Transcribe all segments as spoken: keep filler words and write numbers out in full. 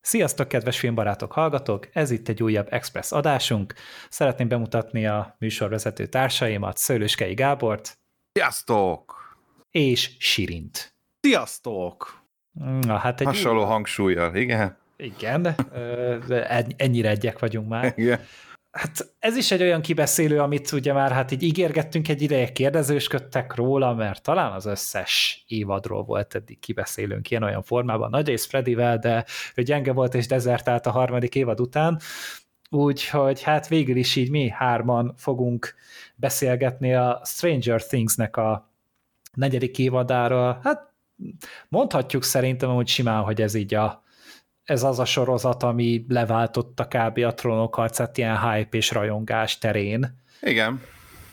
Sziasztok, kedves filmbarátok, hallgatók! Ez itt egy újabb Express adásunk. Szeretném bemutatni a műsorvezető társaimat, Szőlőskei Gábort. Sziasztok! És Sirint. Sziasztok! Na, hát egy Hasonló új... hangsúlyjal, igen. Igen, ennyire egyek vagyunk már. Igen. Hát ez is egy olyan kibeszélő, amit ugye már hát így ígérgettünk egy ideje, kérdezősködtek róla, mert talán az összes évadról volt eddig kibeszélőnk ilyen-olyan formában, Nagy Ace Freddyvel, de ő gyenge volt és dezertált a harmadik évad után, úgyhogy hát végül is így mi hárman fogunk beszélgetni a Stranger Things-nek a negyedik évadáról. Hát mondhatjuk szerintem, hogy simán, hogy ez így a ez az a sorozat, ami leváltotta kb. A Trónok harcát ilyen hype és rajongás terén. Igen.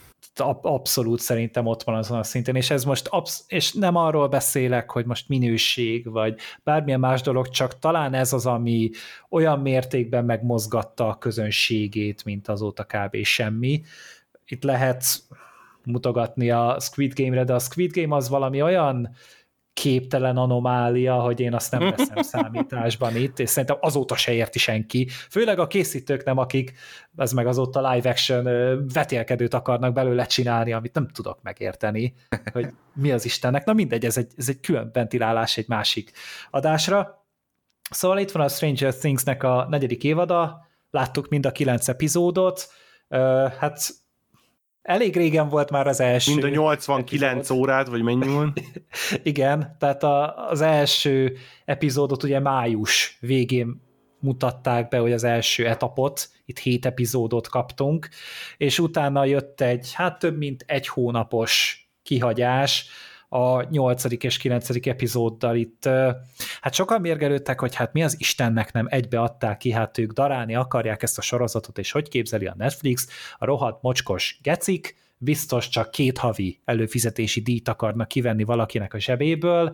Abszolút szerintem ott van azon a szinten, és ez most absz- és nem arról beszélek, hogy most minőség, vagy bármilyen más dolog, csak talán ez az, ami olyan mértékben megmozgatta a közönségét, mint azóta kb. Semmi. Itt lehet mutogatni a Squid Game-re, de a Squid Game az valami olyan képtelen anomália, hogy én azt nem veszem számításban itt, és szerintem azóta se érti senki. Főleg a készítők nem, akik ez meg azóta live action vetélkedőt akarnak belőle csinálni, amit nem tudok megérteni, hogy mi az Istennek. Na mindegy, ez egy, ez egy külön ventilálás egy másik adásra. Szóval itt van a Stranger Things-nek a negyedik évada, láttuk mind a kilenc epizódot, hát elég régen volt már az első. Mind a nyolcvankilenc epizód. Órát, vagy mennyi van? Igen, tehát a, az első epizódot ugye május végén mutatták be, hogy az első etapot, itt hét epizódot kaptunk, és utána jött egy, hát több mint egy hónapos kihagyás a nyolcadik és kilencedik epizóddal itt. Hát sokan mérgelődtek, hogy hát mi az Istennek nem egybe adták ki, hát ők darálni akarják ezt a sorozatot, és hogy képzeli a Netflix, a rohadt mocskos gecik, biztos csak két havi előfizetési díjt akarnak kivenni valakinek a zsebéből.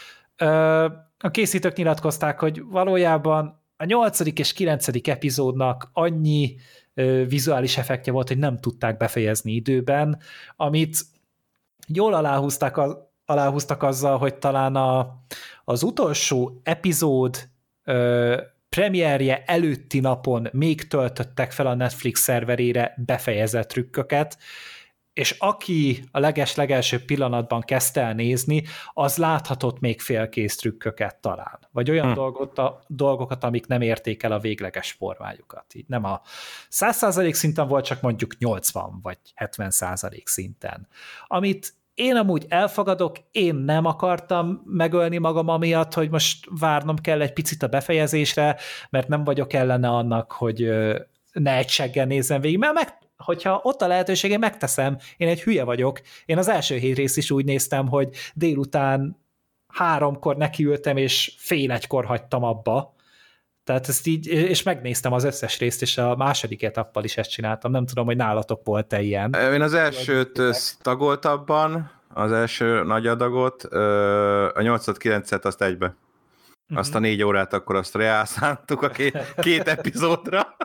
A készítők nyilatkozták, hogy valójában a nyolcadik és kilencedik epizódnak annyi vizuális effektje volt, hogy nem tudták befejezni időben, amit jól aláhúzták, a, aláhúztak azzal, hogy talán a, az utolsó epizód ö, premierje előtti napon még töltöttek fel a Netflix szerverére befejezett trükköket, és aki a leges-legelső pillanatban kezdte el nézni, az láthatott még félkész trükköket talán. Vagy olyan hm. dolgot, a, dolgokat, amik nem érték el a végleges formájukat. Így nem a száz százalék szinten volt, csak mondjuk nyolcvan vagy hetven százalék szinten. Amit én amúgy elfogadok, én nem akartam megölni magam amiatt, hogy most várnom kell egy picit a befejezésre, mert nem vagyok ellene annak, hogy ne egy seggel nézzem végig, mert meg hogyha ott a lehetőség, én megteszem, én egy hülye vagyok. Én az első hét részt is úgy néztem, hogy délután háromkor nekiültem, és fél egykor hagytam abba. Tehát ezt így, és megnéztem az összes részt, és a második etappal is ezt csináltam. Nem tudom, hogy nálatok volt-e ilyen. Én az elsőt tagoltabban, az első nagy adagot, a nyolcat kilencet azt egybe. Azt a négy órát akkor azt reálszántuk a két, két epizódra.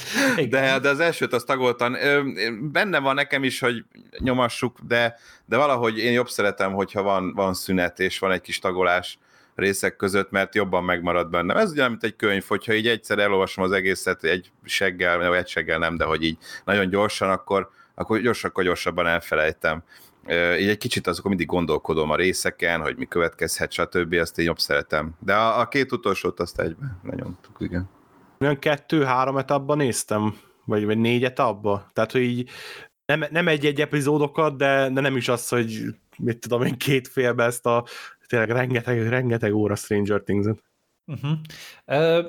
De, de az elsőt azt tagoltan. Benne van nekem is, hogy nyomassuk, de, de valahogy én jobb szeretem, hogyha van, van szünet, és van egy kis tagolás részek között, mert jobban megmarad bennem. Ez ugyan, mint egy könyv, hogyha így egyszer elolvasom az egészet egy seggel, vagy egy seggel nem, de hogy így nagyon gyorsan, akkor, akkor gyorsan, akkor gyorsabban elfelejtem. Így egy kicsit azokon mindig gondolkodom a részeken, hogy mi következhet, stb. Azt én jobb szeretem. De a, a két utolsót azt egyben lenyomtuk, igen. Olyan kettő-három etapban néztem, vagy, vagy négy etapban. Tehát, hogy így nem, nem egy-egy epizódokat, de, de nem is az, hogy mit tudom én, két félbe ezt a tényleg rengeteg, rengeteg óra Stranger Things-et. Uh-huh. Uh,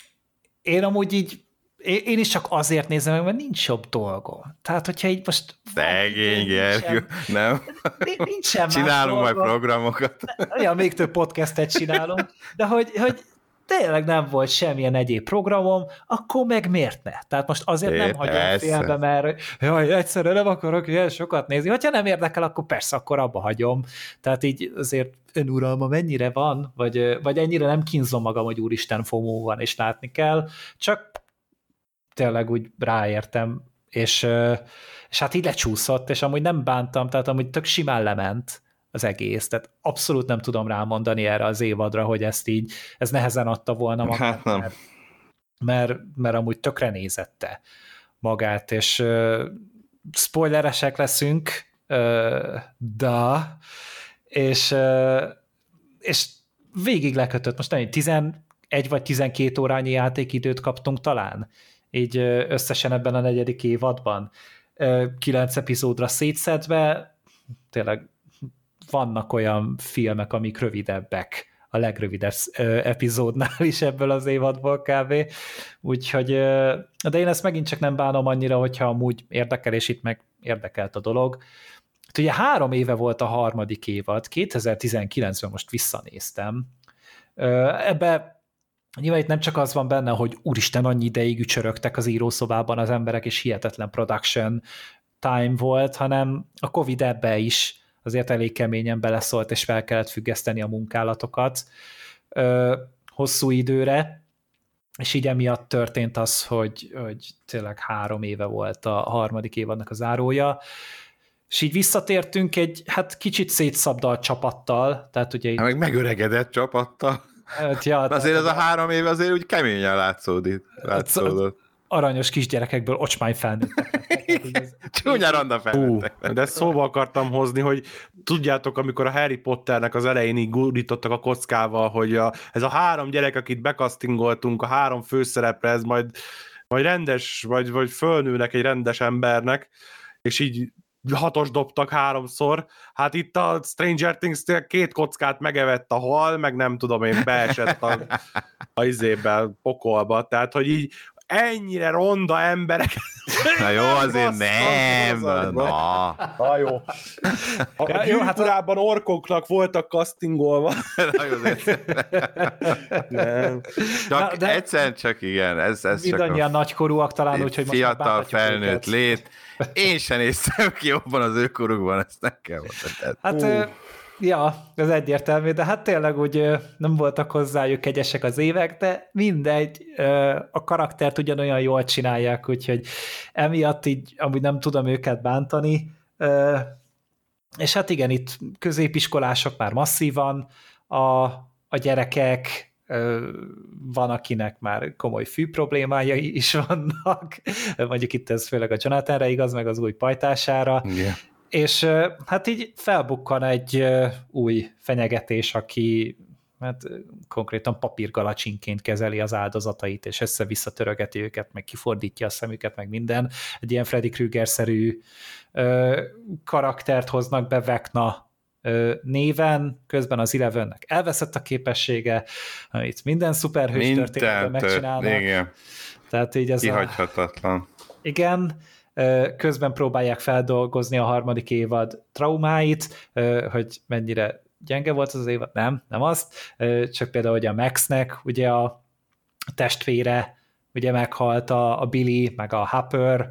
én amúgy így én is csak azért nézem meg, mert nincs jobb dolgom. Tehát, hogyha így most... Szegény, Gergő, nem? Nincsen más csinálunk dolgom. majd programokat. Ja, még több podcastet csinálunk, de hogy, hogy tényleg nem volt semmilyen egyéb programom, akkor meg miért ne? Tehát most azért é, nem hagyom persze. félbe, mert jaj, egyszerre nem akarok ilyen sokat nézni. Hogyha nem érdekel, akkor persze, akkor abba hagyom. Tehát így azért önuralma mennyire van, vagy, vagy ennyire nem kínzom magam, hogy úristen FOMO van, és látni kell. Csak tényleg úgy ráértem, és, és hát így lecsúszott, és amúgy nem bántam, tehát amúgy tök simán lement, az egész. Tehát abszolút nem tudom rámondani erre az évadra, hogy ezt így, ez nehezen adta volna magát, hát nem. Mert, mert, mert amúgy tökre nézette magát, és uh, spoileresek leszünk, uh, de, és, uh, és végig lekötött, most nem, tizenegy vagy tizenkét órányi játékidőt kaptunk talán, így uh, összesen ebben a negyedik évadban, uh, kilenc epizódra szétszedve, tényleg vannak olyan filmek, amik rövidebbek, a legrövidebb epizódnál is ebből az évadból kb. Úgyhogy, de én ezt megint csak nem bánom annyira, hogyha amúgy érdekel, és itt meg érdekelt a dolog. Hát ugye három éve volt a harmadik évad, kétezer-tizenkilencben most visszanéztem. Ebbe nyilván itt nem csak az van benne, hogy úristen, annyi ideig ücsörögtek az írószobában az emberek, és hihetetlen production time volt, hanem a Covid ebbe is azért elég keményen beleszólt, és fel kellett függeszteni a munkálatokat ö, hosszú időre, és így emiatt történt az, hogy, hogy tényleg három éve volt a harmadik évadnak a zárója, és így visszatértünk egy hát kicsit szétszabdalt csapattal, tehát ugye... Hát meg megöregedett csapattal. Hát, ja, azért ez a három év azért úgy keményen látszódik. látszódott. Aranyos kisgyerekekből ocsmány felnőttek. Csúnya randa felnőttek. Uh, de ezt szóba akartam hozni, hogy tudjátok, amikor a Harry Potternek az elején így gurítottak a kockával, hogy a, ez a három gyerek, akit bekasztingoltunk, a három főszerepre, ez majd, majd rendes, vagy, vagy fölnőnek egy rendes embernek, és így hatos dobtak háromszor. Hát itt a Stranger Things-nél két kockát megevett a hal, meg nem tudom én, beesett a, a izébe, pokolba. Tehát, hogy így ennyire ronda emberek. Na jó, azért nem. Na. Na jó. A ja, jó, hát korábban orkoknak voltak castingolva. Nem. Csak Na, egyszerűen csak igen. Ez, ez mindannyian a... nagykorúak talán, úgyhogy most fiatal felnőtt lét. Én sem néztem ki jobban az őkorukban, ezt nem kell mondani. Hát... Uh. Ja, ez egyértelmű, de hát tényleg úgy nem voltak hozzájuk kegyesek az évek, de mindegy, a karaktert ugyanolyan jól csinálják, úgyhogy emiatt így amúgy nem tudom őket bántani, és hát igen, itt középiskolások már masszívan, a, a gyerekek, van, akinek már komoly fű problémájai is vannak, mondjuk itt ez főleg a Jonathanre igaz, meg az új pajtására, yeah. És hát így felbukkan egy új fenyegetés, aki hát konkrétan papírgalacsinként kezeli az áldozatait, és össze-vissza törögeti őket, meg kifordítja a szemüket, meg minden. Egy ilyen Freddy Krueger-szerű ö, karaktert hoznak be Vecna ö, néven, közben az Elevennek elveszett a képessége, itt minden szuperhős történetben megcsinálnak. Igen. Tehát így ez kihagyhatatlan. A... Igen, közben próbálják feldolgozni a harmadik évad traumáit, hogy mennyire gyenge volt az, az évad, nem, nem azt, csak például, hogy a Maxnek ugye a testvére ugye meghalt, a, a Billy, meg a Hopper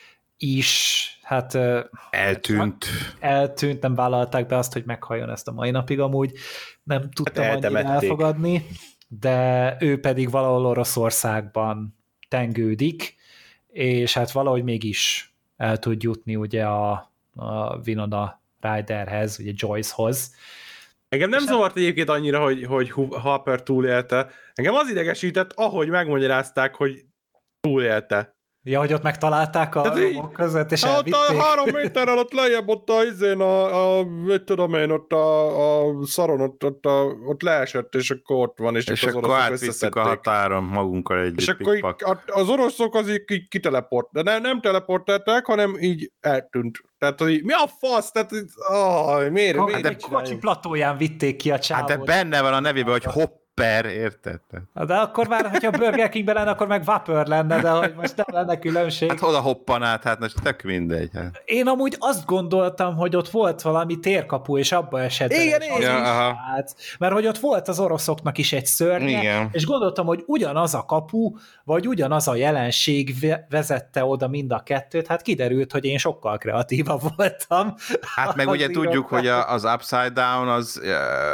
is, hát eltűnt. Eltűnt, nem vállalták be azt, hogy meghalljon ezt a mai napig amúgy, nem tudtam hát annyira elfogadni, de ő pedig valahol Oroszországban tengődik, és hát valahogy mégis el tud jutni ugye a, a Winona Ryderhez, ugye Joyce-hoz. Engem nem zavart egyébként annyira, hogy, hogy Hopper túlélte. Engem az idegesített, ahogy megmagyarázták, hogy túlélte. Ja, hogy ott megtalálták a romok között, és hát elvitték. Ott a három méterrel ott lejjebb, ott a izén, a, a, mit tudom én, ott a, a szaron, ott, ott, a, ott leesett, és akkor ott van, és, és akkor átvisszük a határon magunkkal együtt. És akkor így, az oroszok az így, így kiteleport, de nem, nem teleportálták, hanem így eltűnt. Tehát, hogy mi a fasz? Tehát, oh, miért? Ha, miért egy kocsi platóján vitték ki a csávot. Hát de benne van a nevében, hogy hopp, Per, érted? De akkor már, hogyha Burger Kingben lenne, akkor meg Whopper lenne, de hogy most nem lenne különbség. Hát oda hoppan át, hát most tök mindegy. Hát. Én amúgy azt gondoltam, hogy ott volt valami térkapu, és abba esett. Igen, igen. Ja, mert hogy ott volt az oroszoknak is egy szörnye, igen. És gondoltam, hogy ugyanaz a kapu, vagy ugyanaz a jelenség vezette oda mind a kettőt, hát kiderült, hogy én sokkal kreatívabb voltam. Hát meg ugye tudjuk, hogy az Upside Down az,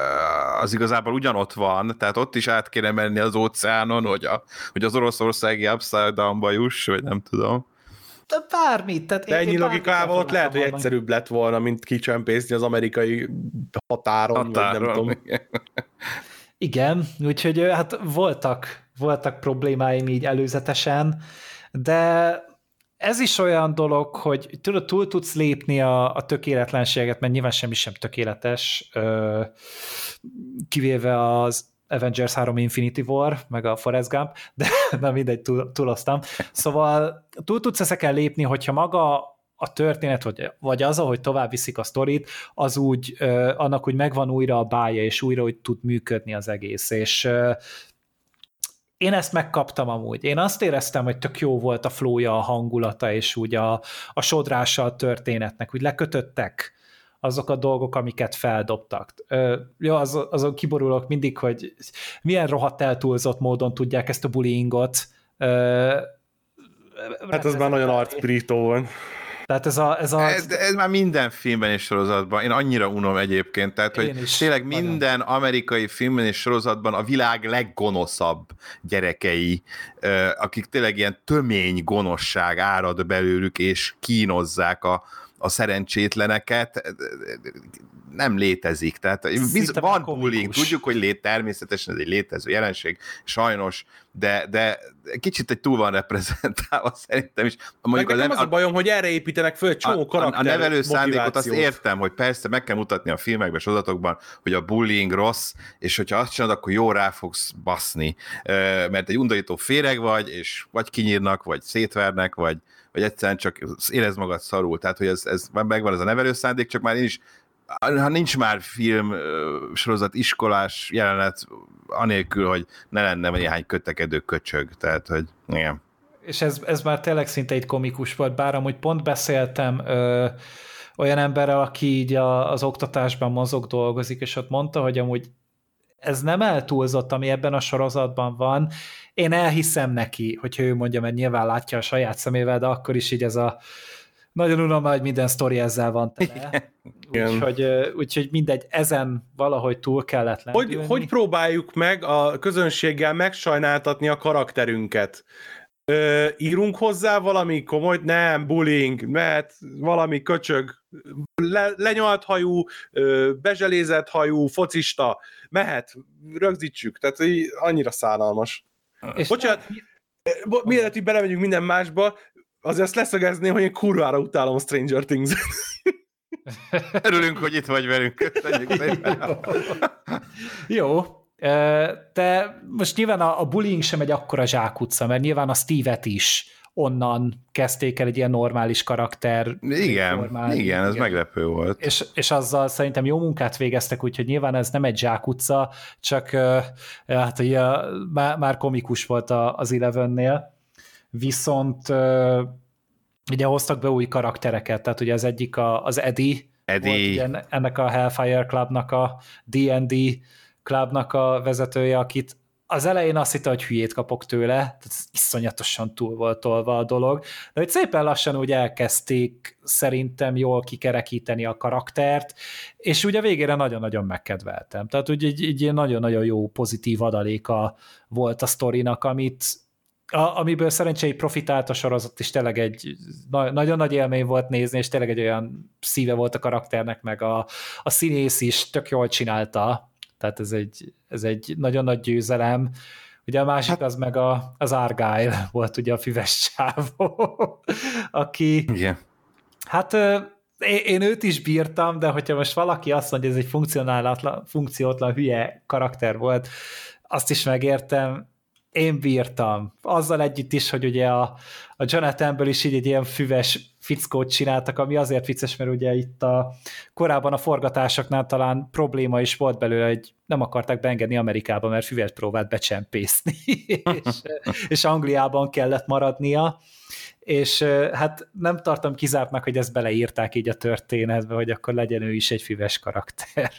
az igazából ugyanott van, tehát ott is át kéne menni az óceánon, hogy, a, hogy az oroszországi Upside Down-ba juss, vagy nem tudom. bármit. Tehát de ennyi logikával ott lehet, hogy mondani. egyszerűbb lett volna, mint kicsempészni az amerikai határon, határon. Vagy nem tudom. Igen, úgyhogy hát voltak, voltak problémáim így előzetesen, de ez is olyan dolog, hogy tudod, túl tudsz lépni a, a tökéletlenséget, mert nyilván semmi sem tökéletes, kivéve az Avengers három Infinity War, meg a Forrest Gump, de na mindegy, túl, túloztam. Szóval túl tudsz ezeken lépni, hogyha maga a történet, vagy, vagy az, ahogy tovább viszik a sztorit, az úgy, annak úgy megvan újra a bája, és újra úgy tud működni az egész, és én ezt megkaptam amúgy. Én azt éreztem, hogy tök jó volt a flója, a hangulata, és úgy a, a sodrása a történetnek, úgy lekötöttek azok a dolgok, amiket feldobtak. Ö, jó, az, azon kiborulok mindig, hogy milyen rohadt eltúlzott módon tudják ezt a bullyingot. Ö, hát ez már nagyon arcpirító volt. Tehát ez a... Ez, a... Ez, ez már minden filmben és sorozatban. Én annyira unom egyébként, tehát hogy tényleg minden nagyon. Amerikai filmben és sorozatban a világ leggonoszabb gyerekei, akik tényleg ilyen tömény gonoszság árad belőlük, és kínozzák a, a szerencsétleneket, nem létezik. Tehát biz, van bullying, tudjuk, hogy lét, természetesen ez egy létező jelenség, sajnos, de, de kicsit egy túl van reprezentálva szerintem is. Mondjuk az, az a bajom, hogy erre építenek föl egy csomó karakter A nevelő szándékot azt értem, hogy persze meg kell mutatni a filmekben, sorozatokban, hogy a bullying rossz, és hogyha azt csinálod, akkor jó rá fogsz baszni, mert egy undorító féreg vagy, és vagy kinyírnak, vagy szétvernek, vagy, vagy egyszerűen csak érezd magad szarul. Tehát, hogy ez, ez megvan ez a nevelő szándék, csak már én is ha nincs már film, sorozat, iskolás jelenet, anélkül, hogy ne lenne néhány kötekedő köcsög, tehát, hogy igen. És ez, ez már tényleg szinte egy komikus volt, bár amúgy pont beszéltem ö, olyan emberrel, aki így a, az oktatásban mozog, dolgozik, és ott mondta, hogy amúgy ez nem eltúlzott, ami ebben a sorozatban van. Én elhiszem neki, hogyha ő mondja, mert nyilván látja a saját szemével, de akkor is így ez a nagyon unom, hogy minden sztori ezzel van tele. Úgyhogy, úgyhogy mindegy, ezen valahogy túl kellett lendülni. Hogy, hogy próbáljuk meg a közönséggel megsajnáltatni a karakterünket? Ö, írunk hozzá valami komoly, nem, bullying, mert valami köcsög, le, lenyalt hajú, ö, bezselézett hajú, focista, mehet, rögzítsük, tehát annyira szánalmas. És bocsánat, nem... mielőtt így belemegyünk minden másba, azért azt leszögezném, hogy én kurvára utálom a Stranger Things-et. Örülünk, hogy itt vagy velünk. Jó, de most nyilván a, a bullying sem egy akkora zsákutca, mert nyilván a Steve-et is onnan kezdték el egy ilyen normális karakter. Igen, formálni. igen, ez igen. meglepő volt. És, és azzal szerintem jó munkát végeztek, úgyhogy nyilván ez nem egy zsákutca, csak hát ugye, már, már komikus volt az Elevennél. Viszont ugye hoztak be új karaktereket, tehát ugye az egyik a, az Eddie, Eddie. Volt ugye ennek a Hellfire Clubnak, a dé end dé Clubnak a vezetője, akit az elején azt hitte, hogy hülyét kapok tőle, tehát iszonyatosan túl volt tolva a dolog, de hogy szépen lassan úgy elkezdték szerintem jól kikerekíteni a karaktert, és ugye a végére nagyon-nagyon megkedveltem. Tehát úgy egy, egy nagyon-nagyon jó pozitív adaléka volt a sztorinak, amit A, amiből szerencsére profitált a sorozat, és tényleg egy na, nagyon nagy élmény volt nézni, és tényleg egy olyan szíve volt a karakternek, meg a, a színész is tök jól csinálta, tehát ez egy, ez egy nagyon nagy győzelem. Ugye a másik hát, az meg a, az Argyle volt ugye a füves csávó, aki yeah. hát én, én őt is bírtam, de hogyha most valaki azt mondja, hogy ez egy funkcionálatlan, funkciótlan hülye karakter volt, azt is megértem. Én bírtam. Azzal együtt is, hogy ugye a, a Jonathanből is így egy ilyen füves fickót csináltak, ami azért vicces, mert ugye itt a korábban a forgatásoknál talán probléma is volt belőle, hogy nem akarták beengedni Amerikába, mert füvet próbált becsempészni, és, és Angliában kellett maradnia, és hát nem tartom kizártnak, hogy ezt beleírták így a történetbe, hogy akkor legyen ő is egy füves karakter.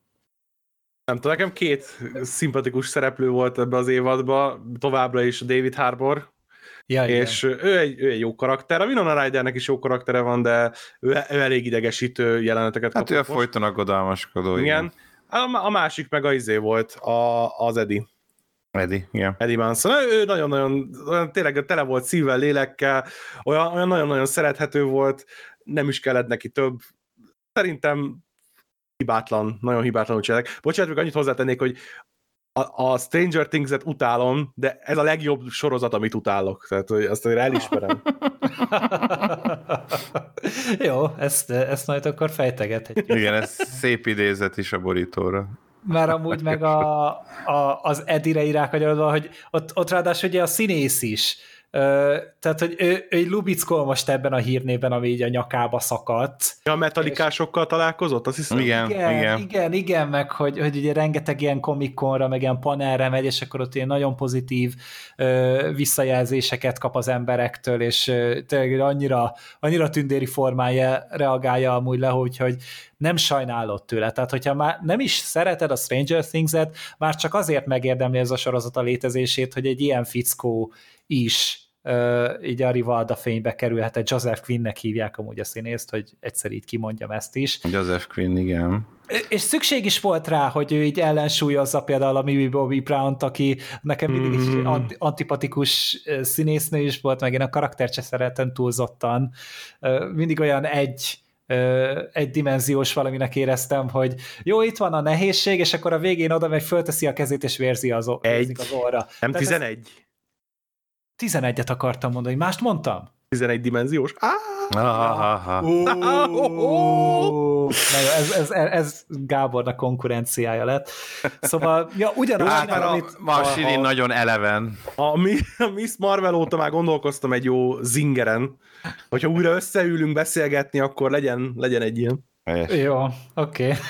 Nem tudom, nekem két szimpatikus szereplő volt ebbe az évadban, továbbra is David Harbour, ja, és ő egy, ő egy jó karakter. A Winona Rydernek is jó karaktere van, de ő, ő elég idegesítő jeleneteket kapott. Hát ő a folyton aggodalmaskodó. Igen. igen. A, a másik meg a izé volt, a, az Eddie. Eddie, igen. Eddie Munson. Ő nagyon-nagyon, olyan, tényleg tele volt szívvel, lélekkel, olyan, olyan nagyon-nagyon szerethető volt, nem is kellett neki több. Szerintem hibátlan, nagyon hibátlanul csinálják. Bocsánat, még annyit hozzátennék, hogy a, a Stranger Things-et utálom, de ez a legjobb sorozat, amit utálok. Tehát, hogy azt azért elismerem. Jó, ezt, ezt majd akkor fejtegethetjük. Igen, ez szép idézet is a borítóra. Mert amúgy meg a, a, az Eddie-re írák, hogy ott, ott ráadásul ugye a színész is. Ö, tehát, hogy ő, ő lubickol most ebben a hírnében, ami így a nyakába szakadt. Ja, a metalikásokkal találkozott, azt hiszem? Igen, igen, igen. igen, igen, meg hogy, hogy ugye rengeteg ilyen komikonra, meg ilyen panelre megy, és akkor ott ilyen nagyon pozitív ö, visszajelzéseket kap az emberektől, és ö, tényleg annyira, annyira tündéri formán reagálja amúgy le, hogy, hogy nem sajnálod tőle. Tehát, hogyha már nem is szereted a Stranger Things-et, már csak azért megérdemli ez a sorozat a létezését, hogy egy ilyen fickó is Uh, így a Rivalda fénybe kerülhet, Joseph Quinnnek hívják amúgy a színészt, hogy egyszer így kimondjam ezt is. Joseph Quinn, igen. És szükség is volt rá, hogy ő így ellensúlyozza például a Millie Bobby Brown-t, aki nekem mindig is Mm. anti- antipatikus színésznő is volt, meg én a karaktert se szeretem túlzottan. Uh, mindig olyan egy egydimenziós valaminek éreztem, hogy jó, itt van a nehézség, és akkor a végén oda meg fölteszi a kezét, és vérzi az, o- Egy. az orra. Nem tizenegy? tizenegyet akartam mondani, mást mondtam? tizenegy dimenziós? Ah! Aha. Na jó, ez, ez, ez Gábornak konkurenciája lett. Szóval, ja, ugyanaz Hát, csinál, mert amit... a Marsilin nagyon eleven. A, Mi, a Miss Marvel óta már gondolkoztam egy jó zingeren, hogyha újra összeülünk beszélgetni, akkor legyen, legyen egy ilyen. Jó, oké. Okay.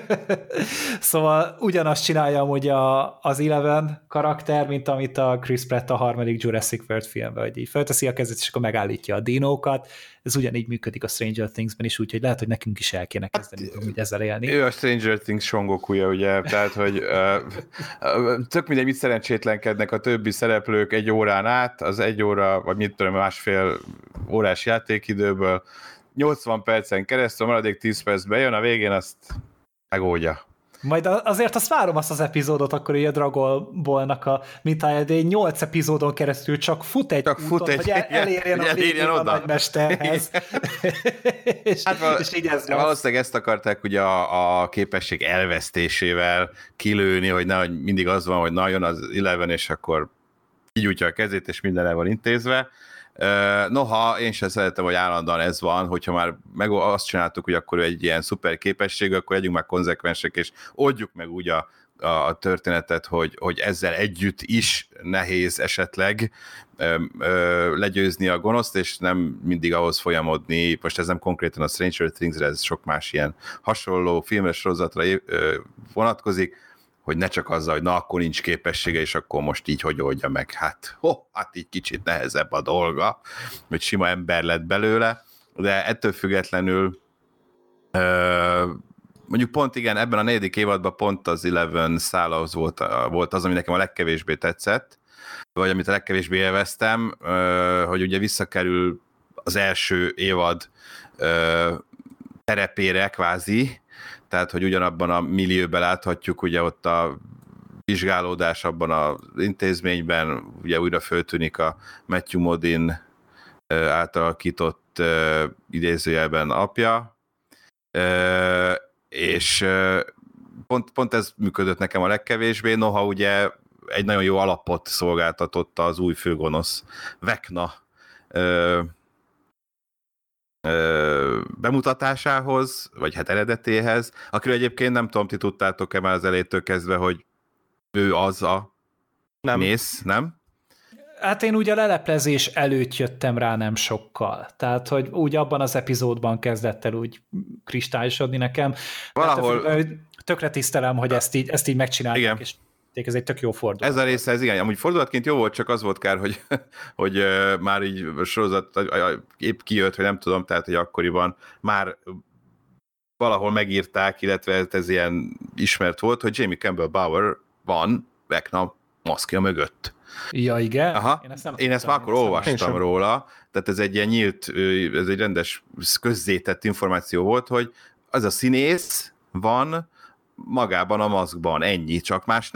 Szóval ugyanazt csinálja amúgy a, az Eleven karakter, mint amit a Chris Pratt a harmadik Jurassic World filmben, hogy így felteszi a kezét, és akkor megállítja a dinókat. Ez ugyanígy működik a Stranger Things-ben is, úgyhogy lehet, hogy nekünk is el kéne kezdeni hát, úgy ezzel élni. Ő a Stranger Things Songokuja, ugye, tehát, hogy uh, tök mindegy, mit szerencsétlenkednek a többi szereplők egy órán át, az egy óra, vagy mit tudom, másfél órás játékidőből, nyolcvan percen keresztül, maradék tíz perc bejön, a végén azt megoldja. Majd azért azt várom azt az epizódot, akkor így a Dragon Ball-nak a mintája, de nyolc epizódon keresztül csak fut egy csak fut úton, egy, hogy el, elérjen hogy a elérjen végén oda. a nagymesterhez. és, hát val- és így ez valószínűleg ezt akarták ugye a, a képesség elvesztésével kilőni, hogy nehogy mindig az van, hogy na jön az Eleven, és akkor így útja a kezét, és minden el van intézve. Noha én sem szeretem, hogy állandóan ez van, hogyha már meg azt csináltuk, hogy akkor egy ilyen szuper képesség, akkor legyünk már konzekvensek, és oldjuk meg úgy a, a történetet, hogy, hogy ezzel együtt is nehéz esetleg ö, ö, legyőzni a gonoszt, és nem mindig ahhoz folyamodni, most ez nem konkrétan a Stranger Things-re, ez sok más ilyen hasonló filmes sorozatra ö, vonatkozik, hogy ne csak azzal, hogy na, akkor nincs képessége, és akkor most így hogy oldja meg. Hát, ho, hát így kicsit nehezebb a dolga, hogy sima ember lett belőle, de ettől függetlenül ö, mondjuk pont igen, ebben a negyedik évadban pont az Eleven szála az volt, volt az, ami nekem a legkevésbé tetszett, vagy amit a legkevésbé élveztem, ö, hogy ugye visszakerül az első évad ö, terepére kvázi, tehát, hogy ugyanabban a millióben láthatjuk, ugye ott a vizsgálódás abban az intézményben, ugye újra föltűnik a Matthew Modine átalakított idézőjelben apja, és pont, pont ez működött nekem a legkevésbé, noha ugye egy nagyon jó alapot szolgáltatott az új főgonosz Vecna bemutatásához, vagy hát eredetéhez, akiről egyébként nem tudom, ti tudtátok-e már az elétől kezdve, hogy ő az a nem. mész, nem? Hát én úgy a leleplezés előtt jöttem rá nem sokkal. Tehát, hogy úgy abban az epizódban kezdett el úgy kristályosodni nekem. Valahol... Hát, tökre tisztelem, hogy ezt így, ezt így megcsinálták, igen. És ez egy tök jó fordulat. Ez a része, ez igen, amúgy fordulatként jó volt, csak az volt kár, hogy, hogy uh, már így sorozat uh, épp kijött, hogy nem tudom, tehát, hogy akkoriban már valahol megírták, illetve ez ilyen ismert volt, hogy Jamie Campbell Bower van Vecna maszkja mögött. Ja, igen? Aha. Én ezt, nem én ezt már akkor olvastam róla, tehát ez egy ilyen nyílt, ez egy rendes közzétett információ volt, hogy az a színész van magában a maszkban, ennyi, csak más nem.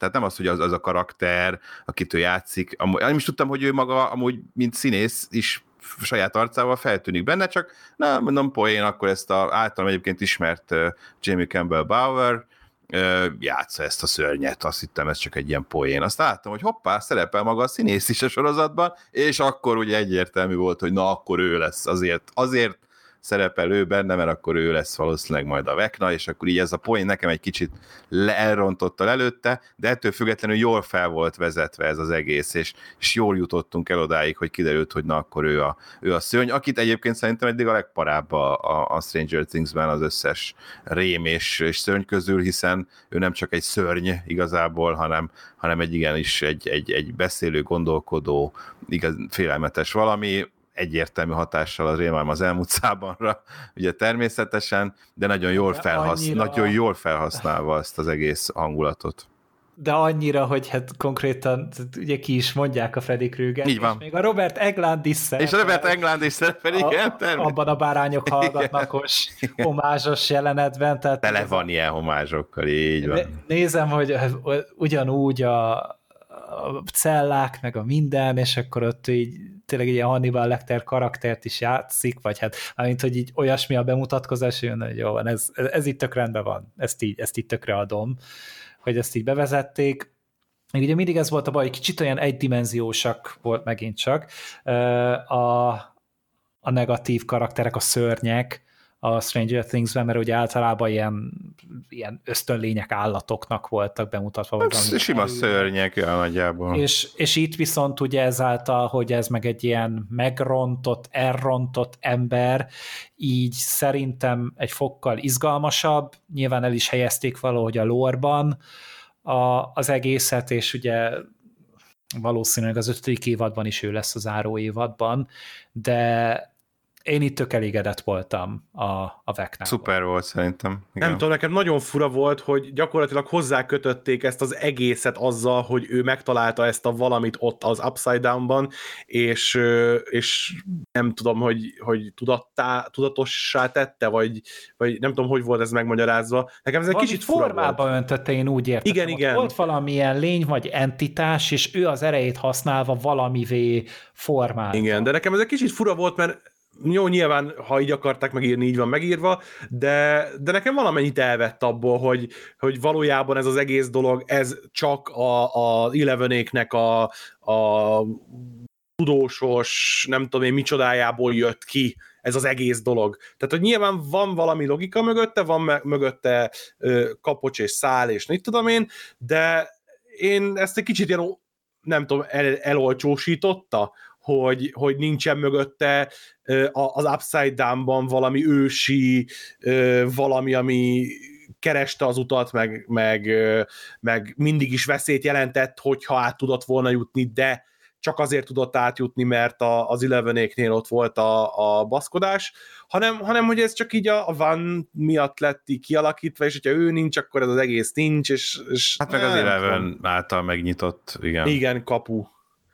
Tehát nem az, hogy az, az a karakter, akit ő játszik. Amúgy, nem is tudtam, hogy ő maga amúgy, mint színész is saját arcával feltűnik benne, csak nem mondom poén, akkor ezt a általam egyébként ismert uh, Jamie Campbell Bower uh, játsza ezt a szörnyet, azt hittem, ez csak egy ilyen poén. Azt láttam, hogy hoppá, szerepel maga a színész is a sorozatban, és akkor ugye egyértelmű volt, hogy na, akkor ő lesz, azért, azért szerepel ő benne, mert akkor ő lesz valószínűleg majd a Vecna, és akkor így ez a poén nekem egy kicsit le- elrontotta előtte, de ettől függetlenül jól fel volt vezetve ez az egész, és, és jól jutottunk el odáig, hogy kiderült, hogy na akkor ő a, ő a szörny, akit egyébként szerintem eddig a legparább a, a, a Stranger Things-ben az összes rém és, és szörny közül, hiszen ő nem csak egy szörny igazából, hanem, hanem egy igenis egy, egy, egy beszélő, gondolkodó, igaz, félelmetes valami, egyértelmű hatással az rémálom az elmúlt szábanra, ugye természetesen, de nagyon jól, felhasz, annyira... nagyon jól felhasználva ezt az egész hangulatot. De annyira, hogy hát konkrétan ugye ki is mondják a Freddy Krueger, így van. És még a Robert Englund is szerepel. És a Robert Englund is szerepel, igen, természetesen. Abban a bárányok hallgatnakos homázsos jelenetben. Tehát tele van a... ilyen homázsokkal, így van. Nézem, hogy ugyanúgy a, a cellák, meg a minden, és akkor ott így tényleg egy ilyen Hannibal Lecter karaktert is játszik, vagy hát, amint, hogy így olyasmi a bemutatkozás, hogy jó van, ez, ez itt tök rendben van, ezt így, ezt így tökre adom, hogy ezt így bevezették. Még ugye mindig ez volt a baj, hogy kicsit olyan egydimenziósak volt megint csak a, a negatív karakterek, a szörnyek a Stranger Things-ben, mert ugye általában ilyen, ilyen ösztönlények állatoknak voltak bemutatva. Vagy ez sima erő. Szörnyek, ja, nagyjából. És, és itt viszont ugye ezáltal, hogy ez meg egy ilyen megrontott, elrontott ember, így szerintem egy fokkal izgalmasabb, nyilván el is helyezték valahogy a lore-ban a, az egészet, és ugye valószínűleg az ötödik évadban is ő lesz az záró évadban, de én itt tök elégedett voltam a, a Vecnával. Szuper volt szerintem. Igen. Nem tudom, nekem nagyon fura volt, hogy gyakorlatilag hozzákötötték ezt az egészet azzal, hogy ő megtalálta ezt a valamit ott az Upside Down-ban, és, és nem tudom, hogy, hogy tudattá, tudatossá tette, vagy, vagy nem tudom, hogy volt ez megmagyarázva. Nekem ez egy valami kicsit fura formába volt. öntötte, én úgy értettem. Igen, igen. Volt valamilyen lény, vagy entitás, és ő az erejét használva valamivé formálta. Igen, de nekem ez egy kicsit fura volt, mert jó, nyilván, ha így akarták megírni, így van megírva, de, de nekem valamennyit elvett abból, hogy, hogy valójában ez az egész dolog, ez csak a, a Elevenéknek a, a tudósos, nem tudom én micsodájából jött ki ez az egész dolog. Tehát, hogy nyilván van valami logika mögötte, van mögötte ö, kapocs és szál, és mit tudom én, de én ezt egy kicsit ilyen, nem tudom, el, elolcsósította, hogy, hogy nincsen mögötte az Upside Down-ban valami ősi, valami, ami kereste az utat, meg, meg, meg mindig is veszélyt jelentett, hogyha át tudott volna jutni, de csak azért tudott átjutni, mert a, az Elevenéknél ott volt a, a baszkodás, hanem, hanem hogy ez csak így a, a van miatt lett így kialakítva, és hogyha ő nincs, akkor ez az egész nincs, és... és hát meg az Eleven által megnyitott, igen. Igen, kapu.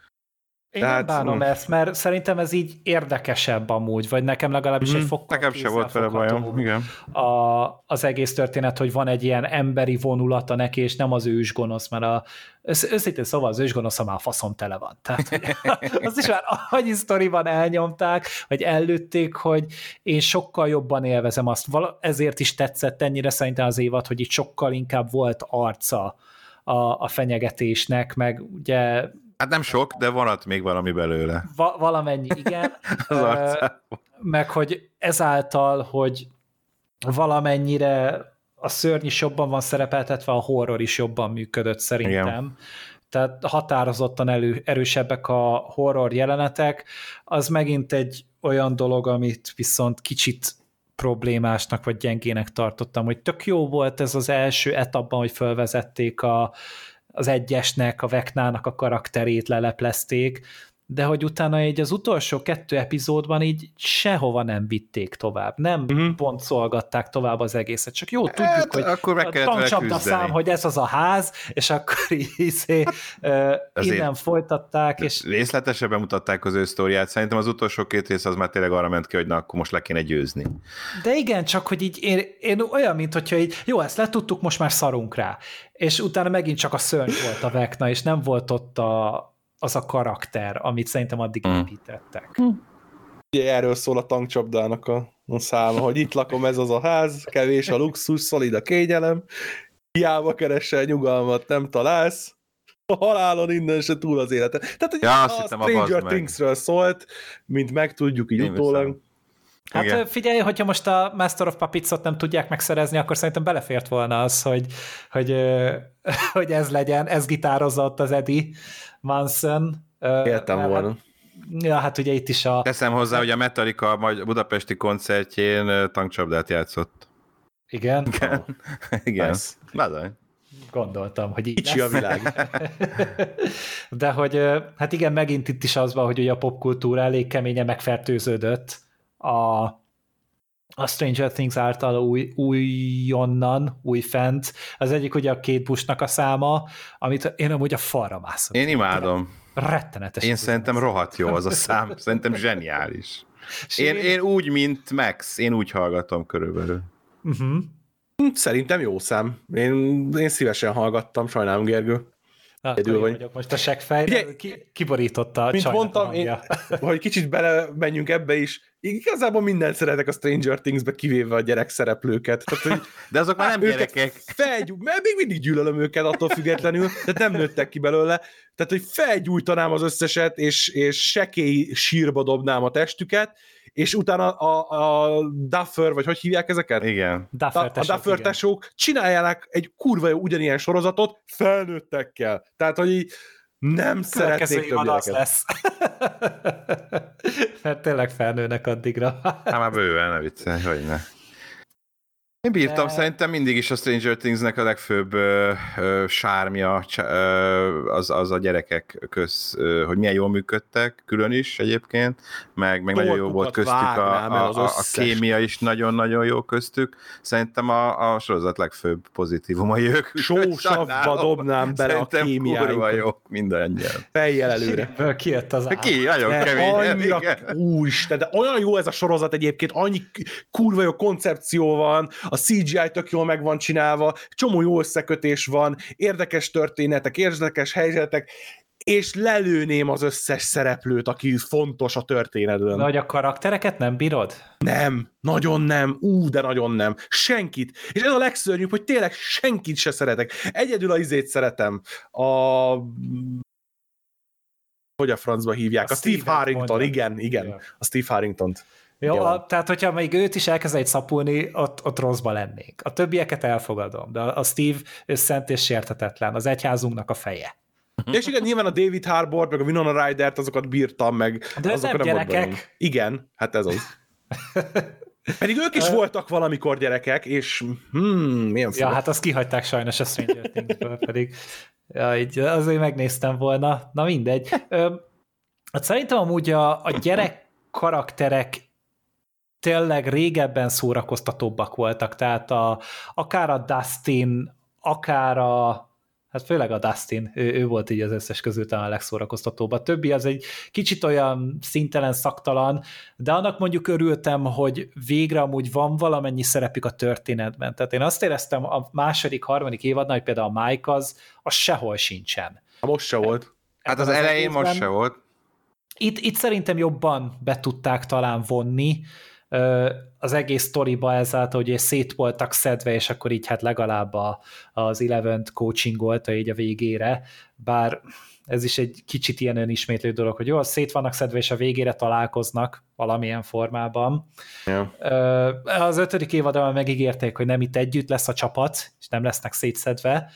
Én Tehát, nem bánom ezt, mert szerintem ez így érdekesebb amúgy, vagy nekem legalábbis mm-hmm. egy fokkal nekem se volt vele bajom, igen. A, az egész történet, hogy van egy ilyen emberi vonulata neki, és nem az ősgonosz, mert a, őszintén szóval az ősgonosza már faszom tele van. Tehát azt is már annyi sztoriban elnyomták, vagy ellőtték, hogy én sokkal jobban élvezem azt. Ezért is tetszett ennyire szerintem az évad, hogy itt sokkal inkább volt arca a, a fenyegetésnek, meg ugye hát nem sok, de van ott még valami belőle. Va- valamennyi, igen. uh, meg hogy ezáltal, hogy valamennyire a szörny is jobban van szerepeltetve, a horror is jobban működött szerintem. Igen. Tehát határozottan elő, erősebbek a horror jelenetek. Az megint egy olyan dolog, amit viszont kicsit problémásnak vagy gyengének tartottam, hogy tök jó volt ez az első etapban, hogy felvezették a az egyesnek, a Vecnának a karakterét leleplezték, de hogy utána így az utolsó kettő epizódban így sehova nem vitték tovább, nem uh-huh. boncolgatták tovább az egészet, csak jó, tudjuk, hát, hogy akkor meg a tankcsapda szám, hogy ez az a ház, és akkor így hát, uh, innen folytatták, és... Részletesebben mutatták az ő sztóriát, szerintem az utolsó két rész az már tényleg arra ment ki, hogy na, akkor most le kéne győzni. De igen, csak hogy így én, én olyan, mint hogyha így, jó, ezt letudtuk, most már szarunk rá, és utána megint csak a szörny volt a Vecna, és nem volt ott a az a karakter, amit szerintem addig mm. építettek. Ugye erről szól a tankcsapdának a, a száma, hogy itt lakom, ez az a ház, kevés a luxus, szolid a kényelem, hiába keresel nyugalmat, nem találsz, a halálon innen se túl az élete. Tehát, hogy ja, a Stranger Thingsről szólt, mint megtudjuk így utólag. Hát igen. Figyelj, hogyha most a Master of Puppets-ot nem tudják megszerezni, akkor szerintem belefért volna az, hogy, hogy, hogy ez legyen, ez gitározott az Eddie Manson. Értem volna. Hát, ja, hát ugye itt is a... Teszem hozzá, hogy a Metallica a budapesti koncertjén tankcsapdát játszott. Igen? Igen. Oh. Igen. Nice. Gondoltam, hogy így Kicsi a világ. De hogy, hát igen, megint itt is az van, hogy ugye a popkultúra elég keményen megfertőződött a, a Stranger Things által új, újonnan, újfent. Az egyik ugye a Kate Bushnak a száma, amit én amúgy a falra mászom. Én imádom. Rettenetes. Én szerintem rohadt jó az a szám. Szerintem zseniális. Én, én úgy, mint Max, én úgy hallgatom körülbelül. Uh-huh. Szerintem jó szám. Én, én szívesen hallgattam, sajnálom, Gergő. Na, Edül vagy. Vagyok most a seggfej, ugye, ki, kiborította a mint mondtam, én, hogy kicsit bele menjünk ebbe is, igazából mindent szeretek a Stranger Things-be, kivéve a gyerek szereplőket. Tehát, hogy de azok már nem gyerekek. Felgyú... Mert még mindig gyűlölöm őket attól függetlenül, tehát nem nőttek ki belőle. Tehát, hogy felgyújtanám az összeset, és, és sekély sírba dobnám a testüket, és utána a, a Duffer, vagy hogy hívják ezeket? Igen. Duffer tesók, a Duffer tesók csinálják egy kurva jó ugyanilyen sorozatot felnőttekkel. Tehát, hogy így nem szeretnék több az lesz. Mert tényleg felnőnek addigra. Hát már bőven, ne viccelj, hogy ne. Én bírtam, de... szerintem mindig is a Stranger Thingsnek a legfőbb ö, ö, sármja ö, az, az a gyerekek köz, ö, hogy milyen jól működtek, külön is egyébként, meg, meg nagyon jó volt köztük a, a, a, a kémia is nagyon-nagyon jó köztük. Szerintem a, a sorozat legfőbb pozitívumai ők. Sósavba dobnám bele a kémiájukat. Kurva jók mindannyian. Fejjel előre. Kijött az állam. Ki, nagyon kemény. Úristen, de olyan jó ez a sorozat egyébként, annyi kurva jó koncepció van, a cé gé í tök jól meg van csinálva, csomó jó összekötés van, érdekes történetek, érdekes helyzetek, és lelőném az összes szereplőt, aki fontos a történetben. De hogy a karaktereket nem bírod? Nem, nagyon nem, ú, de nagyon nem. Senkit. És ez a legszörnyűbb, hogy tényleg senkit se szeretek. Egyedül a izét szeretem. A... Hogy a francba hívják? A, a Steve, Steve Harrington, mondja. igen, igen. Yeah. A Steve Harringtont. Jó, a, tehát hogyha még őt is elkezd szapulni, ott, ott rosszba lennék. A többieket elfogadom, de a Steve szent és sérthetetlen, az egyházunknak a feje. És igen, nyilván a David Harbour, meg a Winona Ryder-t, azokat bírtam meg. De azok nem gyerekek. Igen, hát ez az. Pedig ők is voltak valamikor gyerekek, és hmm, milyen fura. Ja, hát azt kihagyták sajnos a Stranger Things-ből, pedig ja, így azért megnéztem volna. Na mindegy. Ö, hát szerintem amúgy a, a gyerek karakterek tényleg régebben szórakoztatóbbak voltak, tehát a, akár a Dustin, akár a, hát főleg a Dustin, ő, ő volt így az összes közül talán a legszórakoztatóbb. A többi az egy kicsit olyan szintelen, szaktalan, de annak mondjuk örültem, hogy végre amúgy van valamennyi szerepük a történetben. Tehát én azt éreztem a második, harmadik évadnál, hogy például a Mike az, az sehol sincsen. Most se volt. Hát az, az elején most se volt. Itt, itt szerintem jobban be tudták talán vonni az egész sztoriba ezáltal, hogy szét voltak szedve, és akkor így hát legalább a, az Elevent coachingolta így a végére, bár ez is egy kicsit ilyen önismétlő dolog, hogy jó, szét vannak szedve, és a végére találkoznak valamilyen formában. Yeah. Az ötödik évadban megígérték, hogy nem itt együtt lesz a csapat, és nem lesznek szétszedve,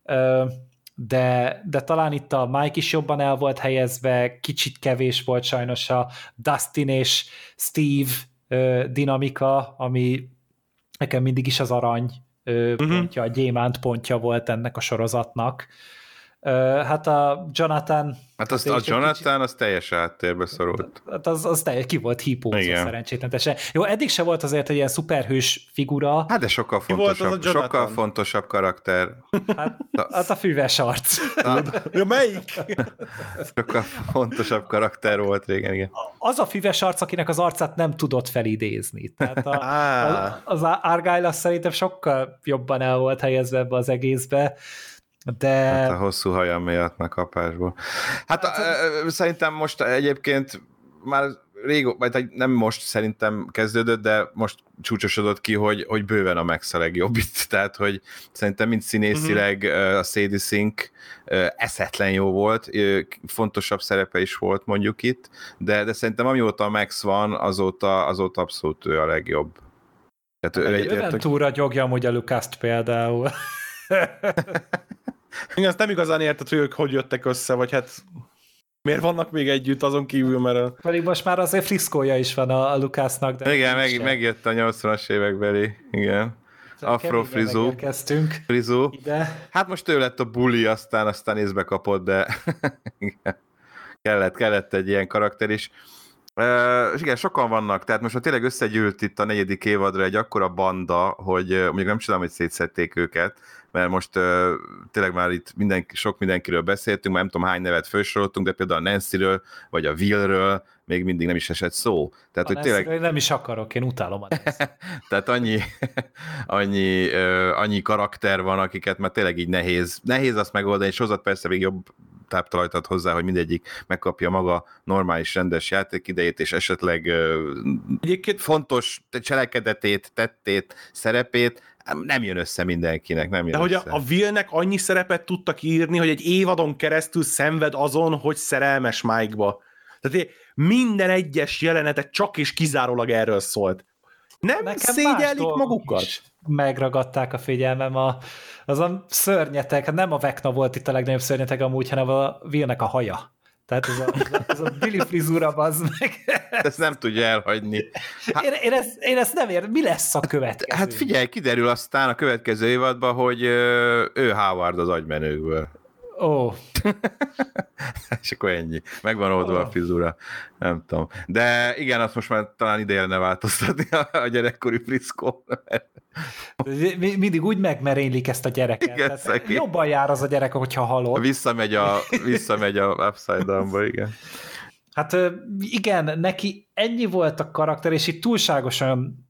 de, de talán itt a Mike is jobban el volt helyezve, kicsit kevés volt sajnos a Dustin és Steve dinamika, ami nekem mindig is az arany uh-huh. pontja, a gyémánt pontja volt ennek a sorozatnak. Hát a Jonathan... Hát azt, a Jonathan kicsi... az teljes áttérbe szorult. Hát az, az teljes ki volt hípózva szerencsétlenesen. Jó, eddig se volt azért egy ilyen szuperhős figura. Hát de sokkal fontosabb, sokkal fontosabb karakter. Hát, hát a füves arc. Ja, melyik? Sokkal fontosabb karakter volt régen, igen. Az a füves arc, akinek az arcát nem tudott felidézni. Tehát a, a, az Argyle az szerintem sokkal jobban el volt helyezve ebbe az egészbe. De... Hát a hosszú hajam miatt, meg kapásból. Hát, hát a, szerintem most egyébként már régó, vagy nem most szerintem kezdődött, de most csúcsosodott ki, hogy, hogy bőven a Max a legjobb itt. Tehát, hogy szerintem mind színészileg uh-huh. a Sadie Sink eszetlen jó volt, fontosabb szerepe is volt mondjuk itt, de, de szerintem amióta a Max van, azóta, azóta abszolút ő a legjobb. Tehát, ő egy túra gyogja amúgy a Lucast például. Igen, azt nem igazán érted, hogy ők hogy jöttek össze, vagy hát miért vannak még együtt azon kívül, mert... A... Pedig most már azért friszkója is van a, a Lucasnak. De igen, meg, megjött a nyolcvanas évekbeli, igen. Afro frizú. frizú. Ide. Hát most ő lett a bully, aztán aztán észbe kapott, de kellett, kellett egy ilyen karakter is. Uh, és igen, sokan vannak, tehát most tényleg összegyűlt itt a negyedik évadra egy akkora banda, hogy uh, mondjuk nem csodálom, hogy szétszedték őket, mert most uh, tényleg már itt mindenki, sok mindenkiről beszéltünk, már nem tudom hány nevet felsoroltunk, de például a Nancyről, vagy a Willről még mindig nem is esett szó. Tehát, a hogy tényleg... nem is akarok, én utálom a Tehát annyi, annyi, uh, annyi karakter van, akiket már tényleg így nehéz, nehéz azt megoldani, és hozzat persze még jobb táptalajt hozzá, hogy mindegyik megkapja maga normális, rendes játékidejét, és esetleg uh, fontos cselekedetét, tettét, szerepét, nem jön össze mindenkinek, nem jön De össze. hogy a, a Willnek annyi szerepet tudtak írni, hogy egy évadon keresztül szenved azon, hogy szerelmes Mike-ba. Tehát minden egyes jelenetet csak és kizárólag erről szólt. Nem Nekem szégyellik magukat? Megragadták a figyelmem, a, az a szörnyetek, nem a Vecna volt itt a legnagyobb szörnyetek amúgy, hanem a Willnek a haja. Tehát ez a, ez a Billy frizura, bazd meg. Ezt nem tudja elhagyni. Hát, én, én, ezt, én ezt nem értem. Mi lesz a következő? Hát figyelj, kiderül aztán a következő évadban, hogy ő Howard az agymenőkből. Ó. Oh. És akkor ennyi. Megvan oldva oh. a frizura. Nem tudom. De igen, azt most már talán ideje lenne változtatni a gyerekkori friszkó. Mindig úgy megmerénylik ezt a gyereket. Igen, jobban jár az a gyerek, hogyha halott. Visszamegy a, visszamegy a Upside Down-ba, igen. Hát igen, neki ennyi volt a karakter, és itt túlságosan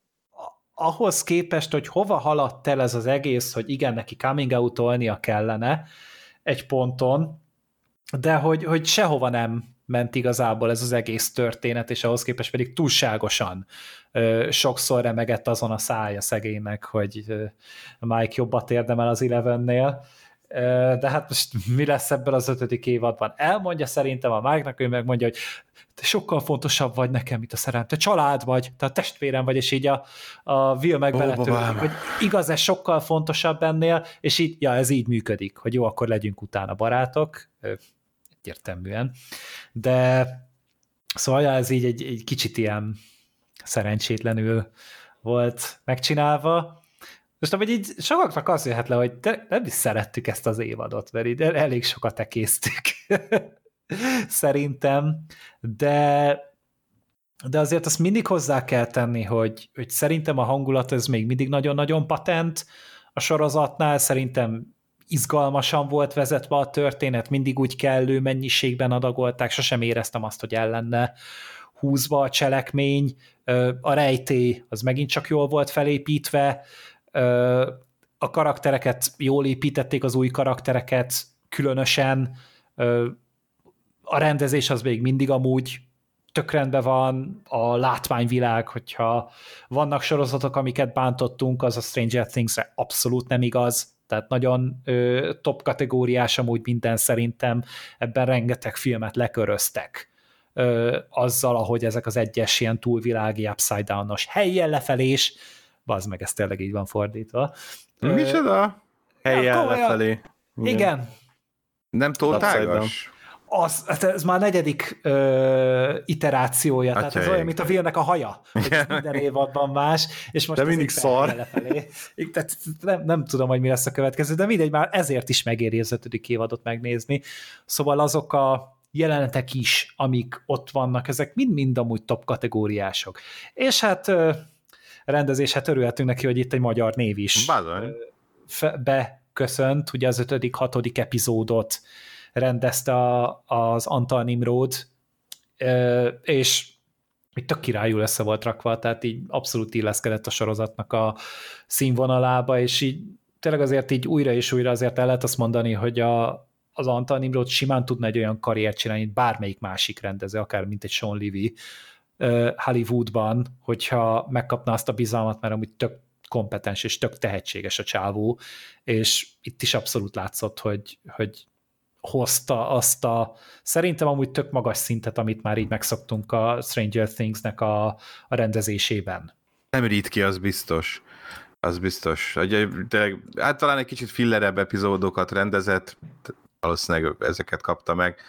ahhoz képest, hogy hova haladt el ez az egész, hogy igen, neki coming out-olnia kellene egy ponton, de hogy, hogy sehova nem ment igazából ez az egész történet, és ahhoz képest pedig túlságosan ö, sokszor remegett azon a szája szegénynek, hogy ö, Mike jobbat érdemel az Elevennél. Ö, de hát most mi lesz ebből az ötödik évadban? Elmondja szerintem a Mike-nak, ő megmondja, hogy te sokkal fontosabb vagy nekem, mint a szerelem. Te család vagy, te a testvérem vagy, és így a, a Will megbelető, hogy igaz, ez sokkal fontosabb ennél, és így, ja, ez így működik, hogy jó, akkor legyünk utána barátok, egyértelműen. De szóval ja, ez így egy, egy kicsit ilyen szerencsétlenül volt megcsinálva. Most amúgy így sokaknak az jöhet le, hogy de nem is szerettük ezt az évadot, mert így elég sokat ekésztük. Szerintem, de, de azért azt mindig hozzá kell tenni, hogy, hogy szerintem a hangulat ez még mindig nagyon-nagyon patent a sorozatnál, szerintem izgalmasan volt vezetve a történet, mindig úgy kellő mennyiségben adagolták, sosem éreztem azt, hogy el lenne húzva a cselekmény, a rejtély az megint csak jól volt felépítve, a karaktereket jól építették, az új karaktereket különösen, a rendezés az még mindig amúgy tök rendben van, a látványvilág, hogyha vannak sorozatok, amiket bántottunk, az a Stranger Things-re abszolút nem igaz, tehát nagyon ö, top kategóriás amúgy minden szerintem, ebben rengeteg filmet leköröztek ö, azzal, ahogy ezek az egyes ilyen túlvilági upside down-os helyen lefelés, bazd meg, ez tényleg így van fordítva. Micsoda? Helyen lefelé. Igen. igen. Nem túl tágas? Az, ez már a negyedik ö, iterációja, Atyaik. Tehát ez olyan, mint a Vilnek a haja, hogy minden évadban más, és most de mindig szar. Tehát nem, nem tudom, hogy mi lesz a következő, de mindegy, már ezért is megéri az ötödik évadot megnézni. Szóval azok a jelenetek is, amik ott vannak, ezek mind-mind amúgy top kategóriások. És hát ö, rendezés, hát örülhetünk neki, hogy itt egy magyar név is Bázony. beköszönt, ugye az ötödik, hatodik epizódot rendezte a, az Antal Nimrod, és itt tök királyul össze volt rakva, tehát így abszolút illeszkedett a sorozatnak a színvonalába, és így tényleg azért így újra és újra azért el lehet azt mondani, hogy a, az Antal Nimrod simán tudna egy olyan karriert csinálni, mint bármelyik másik rendező, akár mint egy Sean Levy Hollywoodban, hogyha megkapna azt a bizalmat, mert amúgy tök kompetens és tök tehetséges a csávó, és itt is abszolút látszott, hogy, hogy hozta azt a, szerintem amúgy tök magas szintet, amit már így megszoktunk a Stranger Things-nek a, a rendezésében. Nem rít ki, az biztos. Az biztos. Ugye, de, hát talán egy kicsit fillerebb epizódokat rendezett, valószínűleg ezeket kapta meg,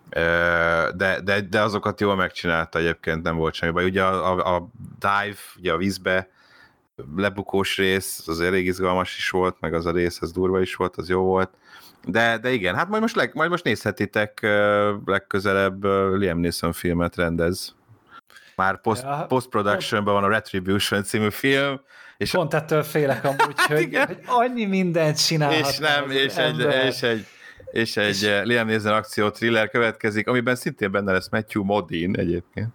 de, de, de azokat jól megcsinálta egyébként, nem volt semmi baj. Ugye a, a, a dive, ugye a vízbe lebukós rész, az elég izgalmas is volt, meg az a rész, az durva is volt, az jó volt. De, de igen, hát majd most, leg, majd most nézhetitek legközelebb Liam Neeson filmet rendez. Már post, ja, post-productionban van a Retribution című film. És pont ettől félek amúgy, hogy, hogy annyi mindent csinálhat. És nem, és egy, és egy, és egy és... Liam Neeson akció thriller következik, amiben szintén benne lesz Matthew Modine egyébként.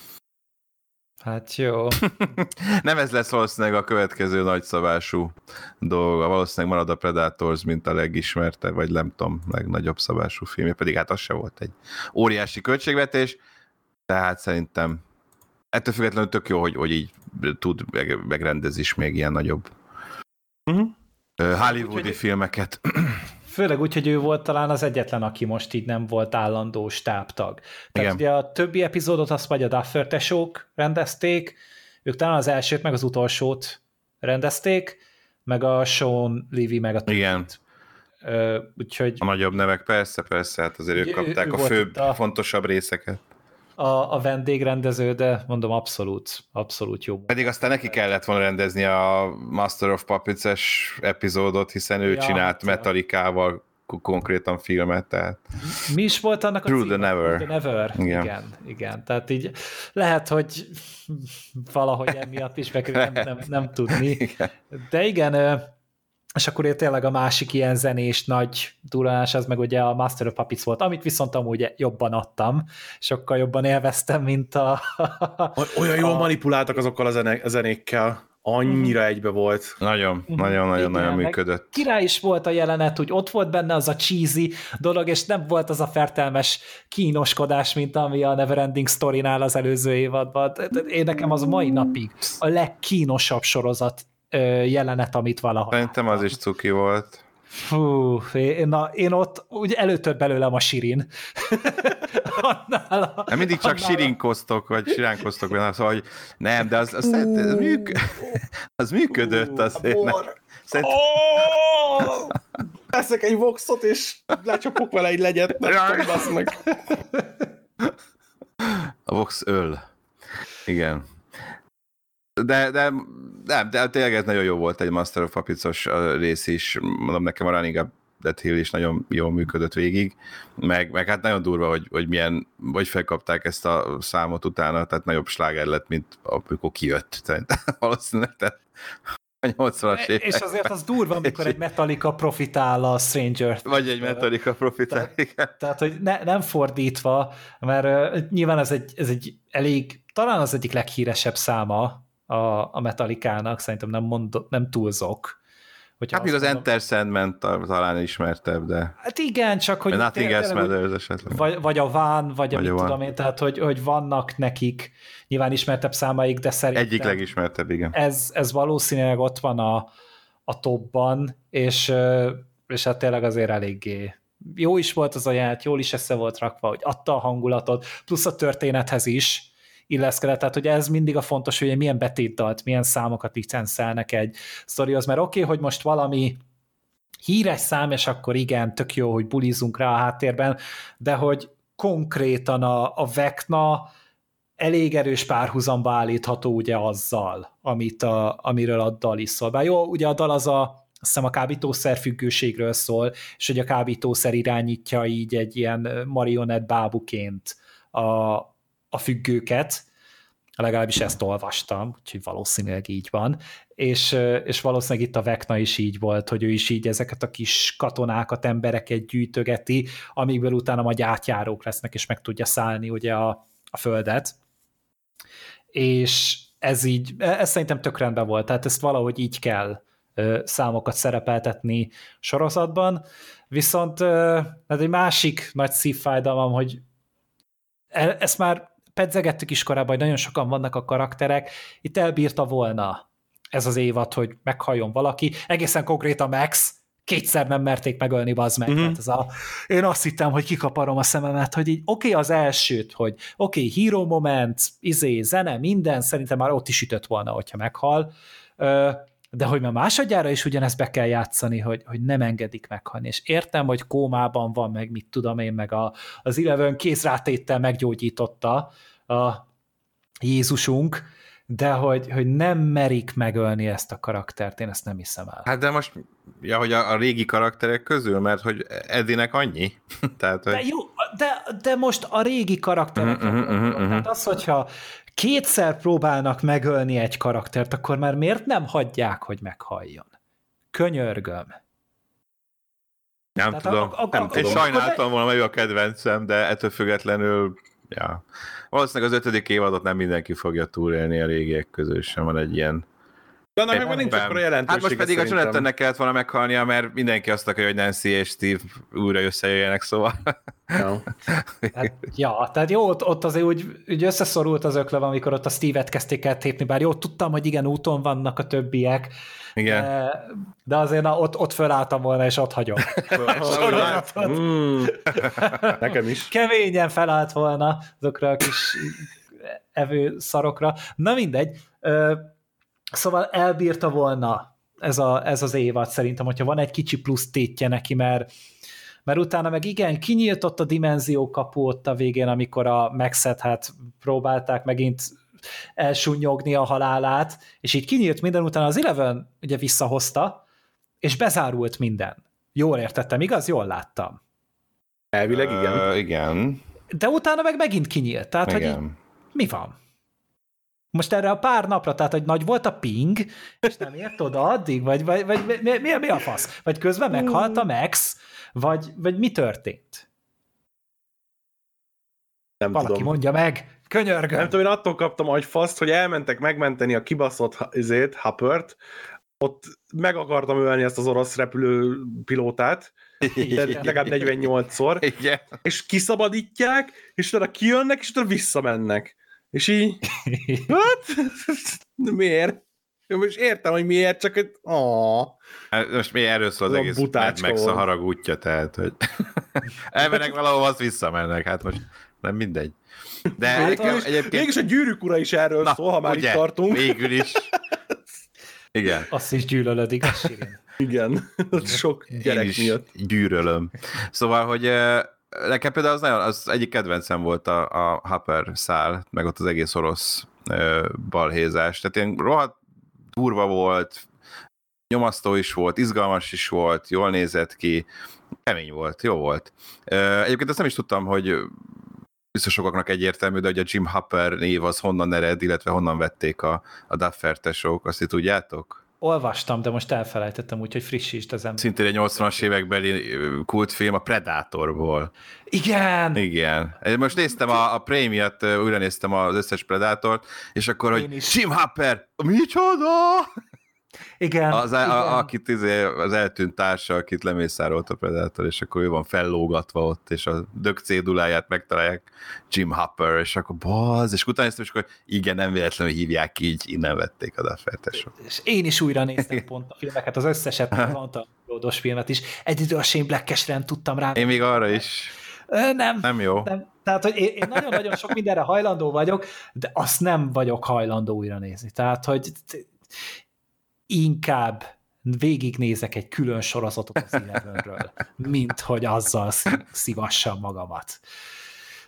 Hát jó. Nem ez lesz valószínűleg a következő nagyszabású dolga. Valószínűleg marad a Predators, mint a legismertebb, vagy nem tudom, legnagyobb szabású filmje, pedig hát az se volt egy óriási költségvetés, tehát szerintem ettől függetlenül tök jó, hogy, hogy így tud megrendez is még ilyen nagyobb uh-huh. hollywoodi úgy, filmeket. Főleg úgy, hogy ő volt talán az egyetlen, aki most így nem volt állandó stábtag. Tehát igen. Ugye a többi epizódot azt vagy a Duffer tesók rendezték, ők talán az elsőt, meg az utolsót rendezték, meg a Sean Levy, meg a igen. Uh, úgyhogy... A nagyobb nevek, persze, persze, hát azért ők kapták ő, ő a főbb, a, fontosabb részeket. A, a vendégrendező, de mondom, abszolút, abszolút jó. Pedig aztán neki kellett volna rendezni a Master of Puppets-es epizódot, hiszen ő ja, csinált ja. Metallicával konkrétan filmet, tehát... Mi is volt annak a Through the Never. The Never. Igen. igen, igen. Tehát így lehet, hogy valahogy emiatt is meg nem, nem, nem tudni. Igen. De igen, és akkor én tényleg a másik ilyen zenés nagy durranás, az meg ugye a Master of Puppets volt, amit viszont amúgy jobban adtam, sokkal jobban élveztem, mint a... Olyan jól a... manipuláltak azokkal a, zené- a zenékkel. Annyira mm-hmm. egybe volt. Nagyon, mm-hmm. nagyon, nagyon, nagyon működött. Király is volt a jelenet, úgy ott volt benne az a cheesy dolog, és nem volt az a fertelmes kínoskodás, mint ami a Neverending Story-nál az előző évadban. Én nekem az mai napig a legkínosabb sorozat jelenet, amit valaha. Szerintem az is cuki volt. Fú, én, na, én ott úgy előtört belőlem a sirin. annál a, nem mindig csak sirinkoztok, vagy siránkoztok benne, szóval, hogy nem, de az, az, az, műk, az működött azért. Szerint... Oh! Teszek egy voxot, és lecsapok vele egy legyet, nem basz meg. A vox öl. Igen. De, de, de, de tényleg ez nagyon jó volt, egy Master of Puppets-os rész is, mondom nekem a Running Up That Hill is nagyon jól működött végig, meg, meg hát nagyon durva, hogy, hogy milyen, hogy felkapták ezt a számot utána, tehát nagyobb sláger lett, mint amikor kijött, szerintem valószínűleg, tehát a nyolcvanas években. És azért az durva, amikor egy Metallica profitál a Stranger. Vagy egy Metallica profitál, Te, igen. Tehát, hogy ne, nem fordítva, mert uh, nyilván ez egy, ez egy elég, talán az egyik leghíresebb száma a, a Metallicának, szerintem nem, mondom, nem túlzok. Hát még az mondom, Enter Sandman talán ismertebb, de... Hát igen, csak hogy... Nothing Else Matters esetleg. Vagy, vagy a Van, vagy, vagy amit tudom én, tehát hogy, hogy vannak nekik nyilván ismertebb számaik, de szerintem... Egyik legismertebb, igen. Ez, ez valószínűleg ott van a, a topban, és, és hát tényleg azért eléggé jó is volt az ajánlat, jól is össze volt rakva, hogy adta a hangulatot, plusz a történethez is illeszkedett, tehát hogy ez mindig a fontos, hogy milyen betétdalt, milyen számokat licenszelnek egy sztorihoz, mert oké, okay, hogy most valami híres szám, és akkor igen, tök jó, hogy bulizunk rá a háttérben, de hogy konkrétan a, a Vecna elég erős párhuzamba állítható ugye azzal, amit a, amiről a dal is szól. Bár jó, ugye a dal az a, azt hiszem a kábítószer függőségről szól, és hogy a kábítószer irányítja így egy ilyen marionett bábuként a, a függőket, legalábbis ezt olvastam, úgyhogy valószínűleg így van, és, és valószínűleg itt a Vecna is így volt, hogy ő is így ezeket a kis katonákat, embereket gyűjtögeti, amikből utána majd átjárók lesznek, és meg tudja szállni ugye a, a földet. És ez így, ez szerintem tök rendben volt, tehát ezt valahogy így kell számokat szerepeltetni sorozatban, viszont ez egy másik nagy szívfájdalmam, hogy ezt már pedzegettük is korábban, hogy nagyon sokan vannak a karakterek, itt elbírta volna ez az évad, hogy meghalljon valaki, egészen konkrétan Max, kétszer nem merték megölni, bazd meg. Mm-hmm. Ez a, én azt hittem, hogy kikaparom a szememet, hogy így oké okay, az elsőt, hogy oké, okay, hero moment, izé, zene, minden, szerintem már ott is ütött volna, hogyha meghal, de hogy már másodjára is ugyanezt be kell játszani, hogy, hogy nem engedik meghalni, és értem, hogy kómában van, meg mit tudom én, meg a, az Eleven kézrátéttel meggyógyította a Jézusunk, de hogy, hogy nem merik megölni ezt a karaktert, én ezt nem hiszem el. Hát de most, ja, hogy a, a régi karakterek közül, mert hogy Eddie-nek annyi. Tehát, hogy... De jó, de, de most a régi karakterek. Uh-huh, uh-huh, uh-huh. Tehát az, hogyha kétszer próbálnak megölni egy karaktert, akkor már miért nem hagyják, hogy meghalljon? Könyörgöm. Nem Tehát tudom. A, a, a, nem tudom. És sajnáltam volna, hogy ő a kedvencem, de ettől függetlenül, ja. Valószínűleg az ötödik évadot nem mindenki fogja túlélni a régiek közül, sem van egy ilyen... De annak meg nincs akkor a jelentősége. Hát most pedig szerintem. A Jonathannek kellett volna meghalnia, mert mindenki azt akarja, hogy Nancy és Steve újra összejöjjenek, szóval... No. Hát, ja, tehát jó, ott, ott azért úgy, úgy összeszorult az öklöv, amikor ott a Steve-et kezdték el tépni, bár jó, tudtam, hogy igen, úton vannak a többiek, igen. De, de azért na, ott, ott fölálltam volna, és ott hagyom. mm. Nekem is. Keményen felállt volna azokra a kis evő szarokra. Na mindegy. Szóval elbírta volna ez, a, ez az évad szerintem, hogyha van egy kicsi plusz tétje neki, mert, mert utána meg igen, kinyílt ott a dimenzió kapu ott a végén, amikor a Maxet hát próbálták megint elsúnyogni a halálát, és így kinyílt minden, utána az Eleven ugye visszahozta, és bezárult minden. Jól értettem, igaz? Jól láttam. Elvileg igen. Uh, igen. De utána meg megint kinyílt, tehát igen. Hogy így, mi van? Most erre a pár napra, tehát hogy nagy volt a ping, és nem ért oda addig? Vagy, vagy, vagy mi, mi, mi a fasz? Vagy közben meghalt a Max? Vagy, vagy mi történt? Nem Valaki tudom. mondja meg, könyörgöm. Nem tudom, én attól kaptam agyfaszt, hogy elmentek megmenteni a kibaszott izét, Huppert, ott meg akartam ölni ezt az orosz repülő pilótát, legalább negyvennyolcszor, igen. És kiszabadítják, és utána kijönnek, és utána visszamennek. És így, hát? Miért? Én most értem, hogy miért, csak hogy áh. Most mi erről szól az egész Mad Max a haragútja, tehát, hogy elmennek valahova, azt visszamennek, hát most nem mindegy. De mégis, egyébként... mégis a Gyűrűk ura is erről Na, szól, ha már ugye, itt tartunk. Végül is. Igen. Azt is gyűlölöd, igaz, Sirin? Igen, sok gyerek Én miatt. gyűrölöm. Szóval, hogy nekem például az, nagyon, az egyik kedvencem volt a, a Hopper szál, meg ott az egész orosz ö, balhézás. Tehát ilyen rohadt durva volt, nyomasztó is volt, izgalmas is volt, jól nézett ki, kemény volt, jó volt. Egyébként azt nem is tudtam, hogy biztos sokaknak egyértelmű, de hogy a Jim Hopper név az honnan ered, illetve honnan vették a, a Duffer tesók, azt így tudjátok? Olvastam, de most elfelejtettem, úgyhogy frissítsd az ember. Szintén egy nyolcvanas évekbeli kultfilm a Predatorból. Igen! Igen. Most néztem a, a Prey miatt, újra néztem az összes Predatort, és akkor, Én hogy is. Jim Hopper, micsoda? Igen. Az, igen. A, akit izé, az eltűnt társa, akit lemészárolt a Predator, és akkor ő van fellógatva ott, és a dög céduláját megtalálják Jim Hopper, és akkor bazd, és utána néztem, és akkor igen, nem véletlenül hívják így, innen vették a Duffer tesók. És én is újra néztem pont a filmeket, az összeset, pont a Lódos filmet is. Egyedül a Shane Black-esre nem tudtam rá. Én még arra is. Nem. Nem jó. Nem. Tehát, hogy én, én nagyon-nagyon sok mindenre hajlandó vagyok, de azt nem vagyok hajlandó újra nézni. Tehát, hogy inkább végignézek egy külön sorozatot az Elevenről, mint hogy azzal szívassam magamat.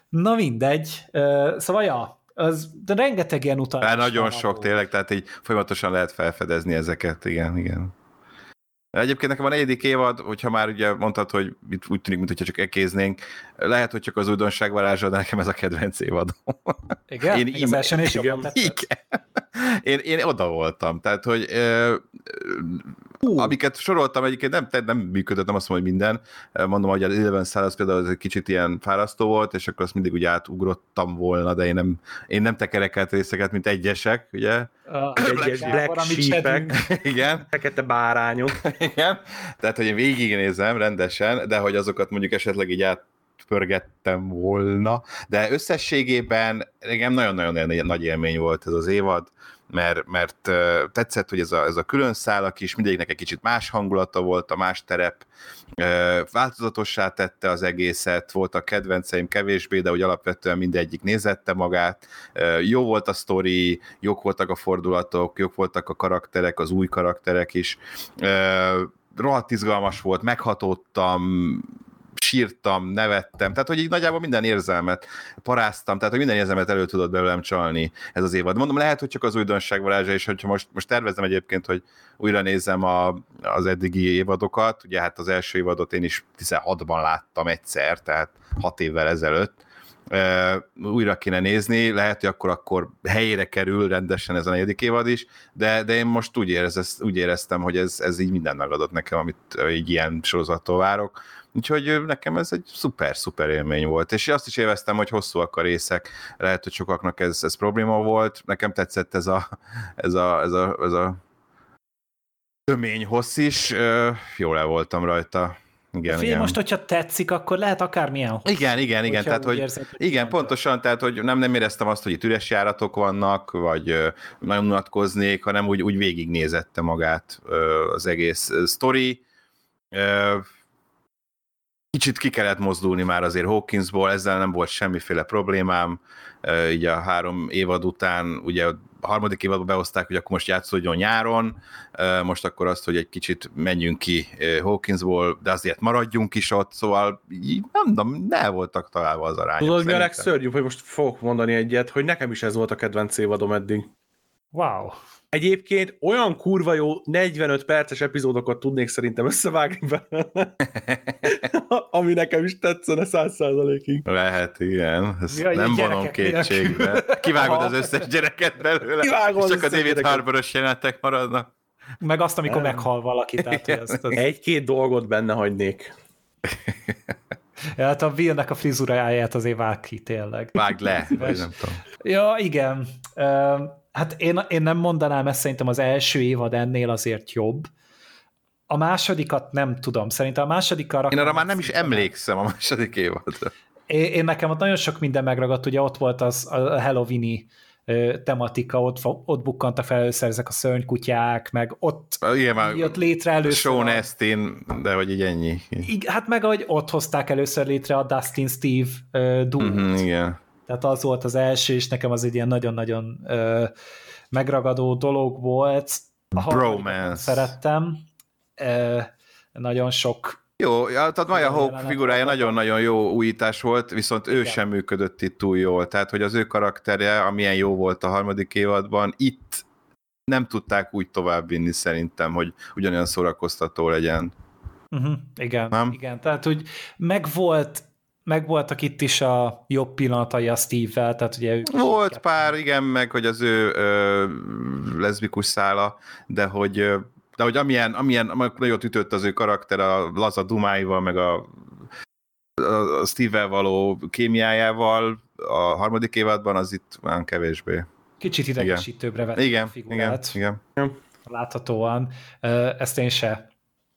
Na mindegy. Uh, szóval ja, az, de rengeteg ilyen utalás. Már nagyon sok tényleg, tehát így folyamatosan lehet felfedezni ezeket, igen, igen. Egyébként nekem a negyedik évad, hogyha már ugye mondtad, hogy itt úgy tűnik, mintha csak ekéznénk, lehet, hogy csak az újdonság varázsa, de nekem ez a kedvenc évadom. Igen? Én, az első is jobban tetszett? Én, én oda voltam, tehát, hogy ö, uh. amiket soroltam egyébként nem, nem működött, nem azt mondom, hogy minden. Mondom, hogy az Eleven száz például az egy kicsit ilyen fárasztó volt, és akkor azt mindig úgy átugrottam volna, de én nem, én nem tekerekelt részeket, mint egyesek, ugye? Uh, egyes black sheepek, igen. fekete bárányok. Igen, tehát, hogy én végignézem rendesen, de hogy azokat mondjuk esetleg így átpörgettem volna, de összességében engem nagyon-nagyon nagy élmény volt ez az évad, mert, mert tetszett, hogy ez a, ez a külön szálak is, mindegyiknek egy kicsit más hangulata volt, a más terep, változatossá tette az egészet, voltak kedvenceim kevésbé, de úgy alapvetően mindegyik nézette magát, jó volt a sztori, jók voltak a fordulatok, jók voltak a karakterek, az új karakterek is, rohadt izgalmas volt, meghatódtam, sírtam, nevettem, tehát hogy így nagyjából minden érzelmet paráztam, tehát hogy minden érzelmet elő tudott belőlem csalni ez az évad. Mondom, lehet, hogy csak az újdonság varázsa, és hogyha most, most tervezem egyébként, hogy újra nézem a, az eddigi évadokat, ugye hát az első évadot én is tizenhatban láttam egyszer, tehát hat évvel ezelőtt, Uh, újra kéne nézni, lehet, hogy akkor, akkor helyére kerül rendesen ez a negyedik évad is, de, de én most úgy, érez, úgy éreztem, hogy ez, ez így minden megadott nekem, amit így ilyen sorozattól várok. Úgyhogy nekem ez egy szuper-szuper élmény volt, és azt is élveztem, hogy hosszúak a részek, lehet, hogy sokaknak ez, ez probléma volt, nekem tetszett ez a, ez a, ez a, ez a tömény hossz is, uh, jól el voltam rajta. Igen, Fél, igen. most, hogyha tetszik, akkor lehet akármilyen hossz. Igen, igen, igen, tehát, hogy, érzed, hogy igen, pontosan, tehát, hogy nem, nem éreztem azt, hogy itt üres járatok vannak, vagy uh, nagyon unatkoznék, hanem úgy, úgy végignézette magát uh, az egész uh, sztori. Uh, Kicsit ki kellett mozdulni már azért Hawkinsból, ezzel nem volt semmiféle problémám, uh, így a három évad után, ugye a harmadik évadban behozták, hogy akkor most játszódjon nyáron, uh, most akkor azt, hogy egy kicsit menjünk ki uh, Hawkinsból, de azért maradjunk is ott, szóval így, nem tudom, ne voltak találva az arányok. Tudod, mi a legszörnyűbb, hogy most fogok mondani egyet, hogy nekem is ez volt a kedvenc évadom eddig. Wow. Egyébként olyan kurva jó negyvenöt perces epizódokat tudnék szerintem összevágni belőle, ami nekem is tetszene száz százalékig. Lehet, igen. Ezt ja, nem vonom kétségbe. Kivágod az összes gyereket belőle, Kivágod csak a David Harbour-os jelenetek maradnak. Meg azt, amikor nem. meghal valaki. Tehát, ezt, az... Egy-két dolgot benne hagynék. Ja, hát a Will-nek a frizuráját azért vág ki, tényleg. Vágd le, vagy nem tudom. Ja, igen. Uh, Hát én, én nem mondanám, ezt szerintem az első évad ennél azért jobb. A másodikat nem tudom, szerintem a másodikkal... Én arra már nem is emlékszem a második évadra. Én, én nekem ott nagyon sok minden megragadt, ugye ott volt az a Halloween-i tematika, ott, ott bukkantak fel először ezek a szörnykutyák, meg ott igen, jött létre először... Sean Astin, de hogy így ennyi. Igen, hát meg ahogy ott hozták először létre a Dustin Steve uh, duót. Mm-hmm, igen. Tehát az volt az első, és nekem az egy ilyen nagyon-nagyon ö, megragadó dolog volt. A Bromance. Szerettem. Ö, nagyon sok... Jó, ja, tehát Maya Hawke figurája nagyon-nagyon jó újítás volt, viszont igen. ő sem működött itt túl jól. Tehát, hogy az ő karakterje, amilyen jó volt a harmadik évadban, itt nem tudták úgy továbbvinni szerintem, hogy ugyanolyan szórakoztató legyen. Uh-huh, igen, nem? igen. Tehát, hogy megvolt Megvoltak itt is a jobb pillanatai a Steve-vel, tehát ugye ők volt pár, igen, meg hogy az ő ö, leszbikus szála, de hogy, de hogy amilyen, amilyen nagyot ütött az ő karakter a laza dumáival, meg a, a Steve-vel való kémiájával a harmadik évadban, az itt már kevésbé. Kicsit idegesítőbbre vett igen, a figurát. Igen, igen. Láthatóan. Ezt én se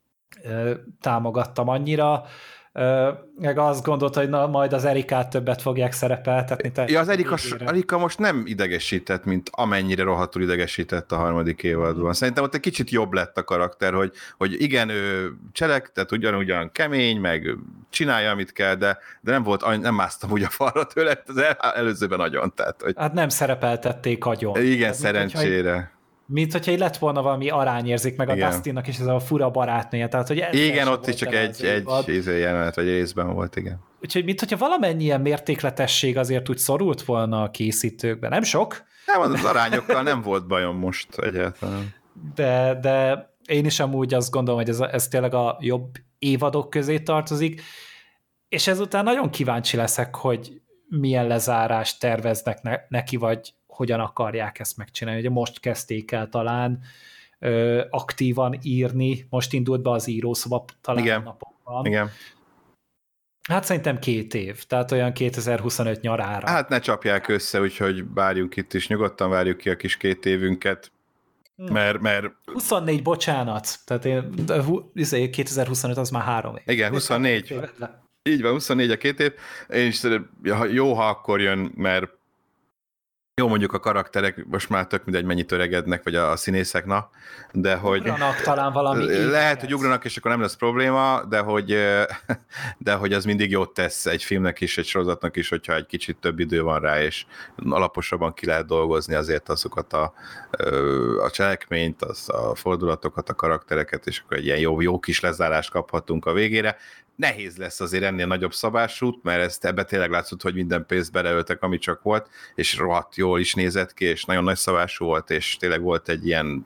támogattam meg azt gondolta, hogy na, majd az Erikát többet fogják szerepeltetni. Ja, az Erika, Erika most nem idegesített, mint amennyire rohadtul idegesített a harmadik évadban. Szerintem ott egy kicsit jobb lett a karakter, hogy, hogy igen, ő cselek, tehát ugyanúgyan kemény, meg csinálja, amit kell, de, de nem volt, nem másztam úgy a falra tőle, az el, előzőben nagyon. Tehát, hogy... Hát nem szerepeltették agyon. Igen, tehát, szerencsére. Mint, mint hogyha lett volna valami arányérzik, meg igen. a Dustinnak is ez a fura barátnője. Tehát, hogy igen, ott is csak egy, egy jelenet, vagy részben volt, igen. úgyhogy mint hogyha valamennyien mértékletesség azért úgy szorult volna a készítőkben. Nem sok. Nem, az arányokkal nem volt bajom most egyáltalán. De, de én is amúgy azt gondolom, hogy ez, ez tényleg a jobb évadok közé tartozik, és ezután nagyon kíváncsi leszek, hogy milyen lezárást terveznek ne, neki, vagy hogyan akarják ezt megcsinálni. Ugye most kezdték el talán ö, aktívan írni, most indult be az írószoba talán Igen. napokban. Igen. Hát szerintem két év, tehát olyan kétezer-huszonöt nyarára. Hát ne csapják össze, úgyhogy várjunk itt is, nyugodtan várjuk ki a kis két évünket, mert... mert... huszonnégy, bocsánat, tehát én, kétezer-huszonöt az már három év. Igen, huszonnégy. Így van, huszonnégy a két év. Én is jó, ha akkor jön, mert jó, mondjuk a karakterek most már tök mindegy, mennyit öregednek, vagy a, a színészek, na, de hogy... Ugranak talán valami... Lehet, évet. Hogy ugranak, és akkor nem lesz probléma, de hogy, de hogy az mindig jót tesz egy filmnek is, egy sorozatnak is, hogyha egy kicsit több idő van rá, és alaposabban ki lehet dolgozni azért azokat a, a cselekményt, az a fordulatokat, a karaktereket, és akkor egy ilyen jó, jó kis lezárást kaphatunk a végére. Nehéz lesz azért ennél nagyobb szabásút, mert ezt ebbe tényleg látszott, hogy minden pénzt beleöltek, ami csak volt, és rohadt jól is nézett ki, és nagyon nagy szabású volt, és tényleg volt egy ilyen,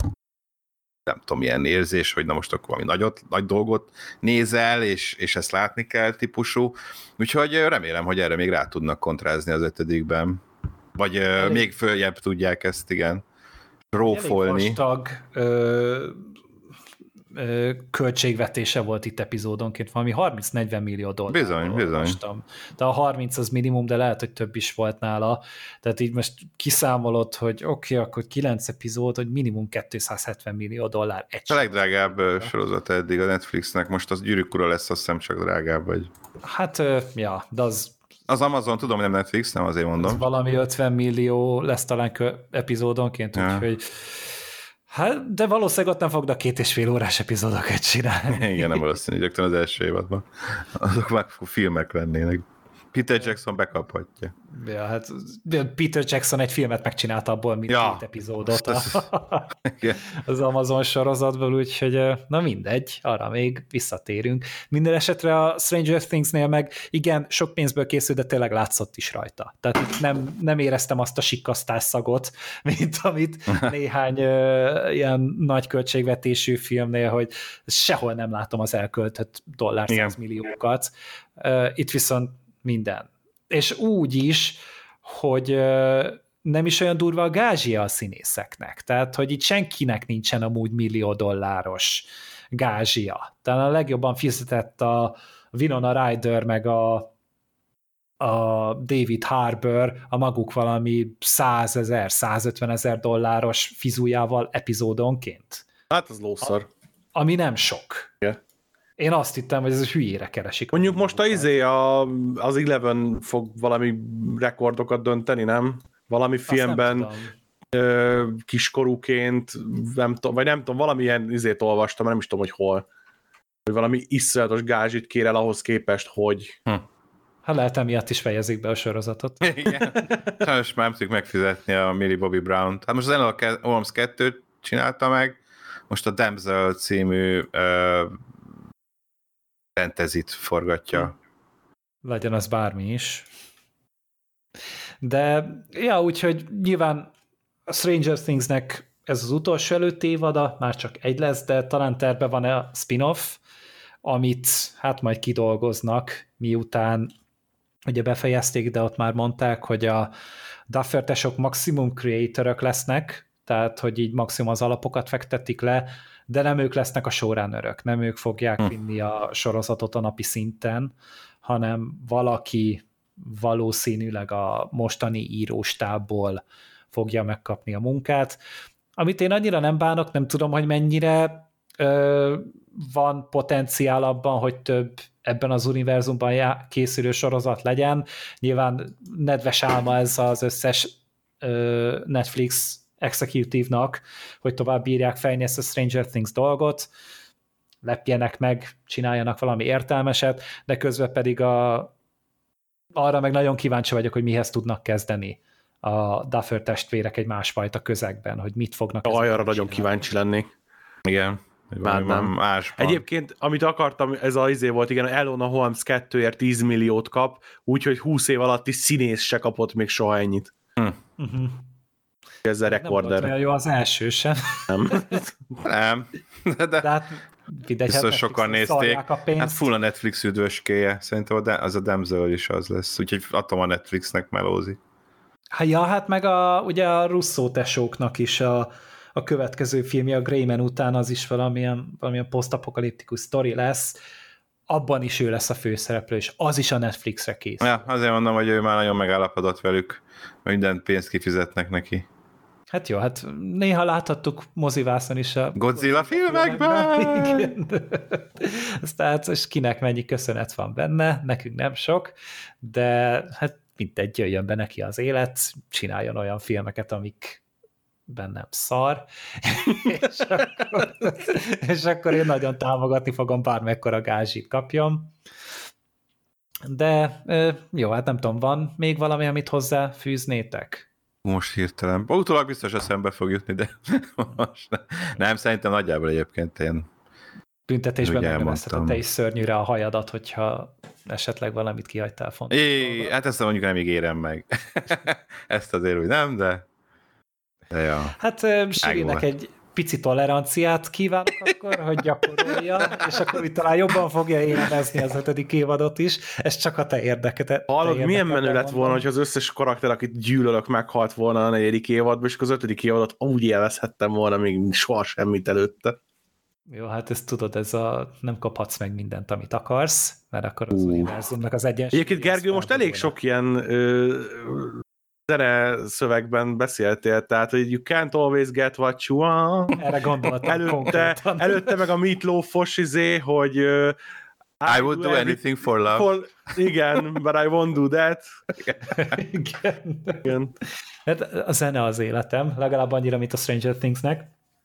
nem tudom, ilyen érzés, hogy na most akkor valami nagyot, nagy dolgot nézel, és, és ezt látni kell típusú. Úgyhogy remélem, hogy erre még rá tudnak kontrázni az ötödikben. Vagy elég, még följebb tudják ezt, igen, rófolni. Elég vastag ö, ö, költségvetése volt itt epizódonként, valami harminc-negyven millió dollár. Bizony, bizony. De a harminc az minimum, de lehet, hogy több is volt nála. Tehát így most kiszámolod, hogy oké, okay, akkor kilenc epizód, hogy minimum kétszázhetven millió dollár. Egy a legdrágább sorozat eddig a Netflixnek, most az Gyűrűk ura lesz, azt hiszem csak drágább, vagy... Hát, ja, de az... Az Amazon, tudom, nem Netflix, nem azért mondom. Valami ötven millió lesz talán epizódonként, ja. Úgyhogy... Hát, de valószínűleg ott nem fognak két és fél órás epizódokat csinálni. Igen, nem valószínű, rögtön az első évadban. Azok már filmek lennének. Peter Jackson bekaphatja. Ja, hát Peter Jackson egy filmet megcsinált abból, mint ja. két epizódot a, az Amazon sorozatból, úgyhogy na mindegy, arra még visszatérünk. Minden esetre a Stranger Things-nél meg igen, sok pénzből készült, de tényleg látszott is rajta. Tehát itt nem, nem éreztem azt a sikkasztás szagot, mint amit néhány uh, ilyen nagy költségvetésű filmnél, hogy sehol nem látom az elköltött dollár százmilliókat. Uh, itt viszont minden. És úgy is, hogy nem is olyan durva a gázsia a színészeknek. Tehát, hogy itt senkinek nincsen amúgy millió dolláros gázsia. Talán a legjobban fizetett a Winona Ryder meg a, a David Harbour a maguk valami százezer, százötvenezer dolláros fizujával epizódonként. Hát az lószar. Ami nem sok. Yeah. Én azt hittem, hogy ez hülyére keresik. Mondjuk most a izé, a, az Eleven fog valami rekordokat dönteni, nem? Valami azt filmben ö, kiskorúként, nem tudom, vagy nem tudom, valamilyen izét olvastam, nem is tudom, hogy hol. Hogy valami iszonyatos gázsit kér el ahhoz képest, hogy... Hm. Hát lehet emiatt is fejezik be a sorozatot. Igen. Sajnos már nem tudjuk megfizetni a Millie Bobby Brown-t. Hát most az Enola Holmes kettőt csinálta meg, most a Damsel című ö, fantasyt forgatja. Legyen az bármi is. De, ja, úgyhogy nyilván a Stranger Thingsnek ez az utolsó előtt évada, már csak egy lesz, de talán terve van a spin-off, amit hát majd kidolgoznak, miután ugye befejezték, de ott már mondták, hogy a Duffer-tesok maximum creatorök lesznek, tehát, hogy így maximum az alapokat fektetik le, de nem ők lesznek a showrunnerök, nem ők fogják vinni a sorozatot a napi szinten, hanem valaki valószínűleg a mostani íróstábból fogja megkapni a munkát. Amit én annyira nem bánok, nem tudom, hogy mennyire ö, van potenciál abban, hogy több ebben az univerzumban já- készülő sorozat legyen. Nyilván nedves álma ez az összes ö, Netflix executive-nak, hogy tovább bírják fejni ezt a Stranger Things dolgot, lepjenek meg, csináljanak valami értelmeset, de közben pedig a, arra meg nagyon kíváncsi vagyok, hogy mihez tudnak kezdeni a Duffer testvérek egy másfajta közegben, hogy mit fognak. Arra nagyon kíváncsi lennék. Igen. Már nem. Másban. Egyébként, amit akartam, ez az izé volt, igen, Elona Holmes kettőért tíz milliót kap, úgyhogy húsz év alatt is színész se kapott még soha ennyit. Hm. Uh-huh. Ez a rekorder. Nem volt olyan jó az első sem. Nem. Nem. De, de, de hát mindegy, biztos hát sokan nézték. Hát full a Netflix üdvöskéje. Szerintem az a Damsel is az lesz. Úgyhogy adtam a Netflixnek melózik. Hát ja, hát meg a, ugye a Russo tesóknak is a, a következő filmje, a Greyman után az is valamilyen, valamilyen posztapokaliptikus sztori lesz. Abban is ő lesz a főszereplő, és az is a Netflixre kész. Ja, azért mondom, hogy ő már nagyon megállapodott velük, minden pénzt kifizetnek neki. Hát jó, hát néha láthattuk mozivászon is a Godzilla filmekben! Igen. Tehát, és kinek mennyi köszönet van benne, nekünk nem sok, de hát mindegy, jöjjön be neki az élet, csináljon olyan filmeket, amik bennem szar, és, akkor, és akkor én nagyon támogatni fogom, bármekkora gázsit kapjam. De jó, hát nem tudom, van még valami, amit hozzáfűznétek? Most hirtelen. Utólag biztos eszembe fog jutni, de most nem. nem, szerintem nagyjából egyébként én büntetésben megnevezheted te is szörnyűre a hajadat, hogyha esetleg valamit kihagytál fontos. É, hát ezt mondjuk nem ígérem meg. Ezt azért úgy nem, de, de ja. Hát Sirinek egy pici toleranciát kívánok akkor, hogy gyakorolja, és akkor itt talán jobban fogja élvezni az ötödik évadot is. Ez csak a te érdeket. Hallod, milyen menő lett volna, hogy az összes karakter, akit gyűlölök, meghalt volna a negyedik évadban, és az ötödik évadot úgy élvezhettem volna, még soha semmit előtte. Jó, hát ezt tudod, ez a nem kaphatsz meg mindent, amit akarsz, mert akkor az uh. univerzumnak az egyensúly. Egyébként Gergő, most elég sok ilyen ö, zene szövegben beszéltél, tehát, hogy you can't always get what you want. Erre gondoltam előtte, előtte meg a Meatloaf-os izé, hogy uh, I, I would do anything for love. For, igen, but I won't do that. igen. igen. Hát a zene az életem, legalább annyira, mint a Stranger Thingsnek.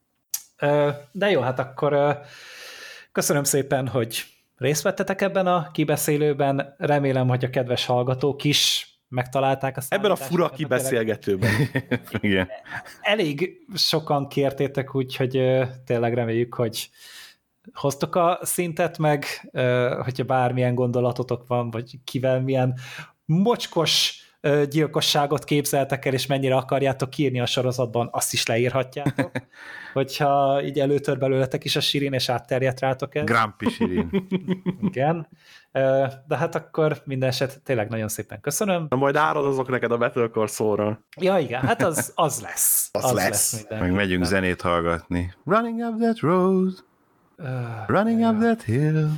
De jó, hát akkor köszönöm szépen, hogy részt vettetek ebben a kibeszélőben. Remélem, hogy a kedves hallgatók is megtalálták a ebben a fura kibeszélgetőben. Igen. Elég sokan kértétek, úgyhogy tényleg reméljük, hogy hoztok a szintet meg, hogyha bármilyen gondolatotok van, vagy kivel milyen mocskos gyilkosságot képzeltek el, és mennyire akarjátok írni a sorozatban, azt is leírhatjátok. Hogyha így előtör belőletek is a Sirin, és átterjedt rátok ez. Grumpy Sirin. Igen. De hát akkor minden eset tényleg nagyon szépen köszönöm. Na majd áradozok neked a Battlecore szóra. Ja igen, hát az, az lesz. Az, az lesz. lesz meg megyünk zenét hallgatni. Running up that road, uh, running ja. up that hill.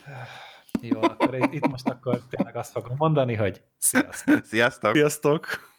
Jó, akkor itt most akkor tényleg azt fogom mondani, hogy sziasztok. Sziasztok. Sziasztok.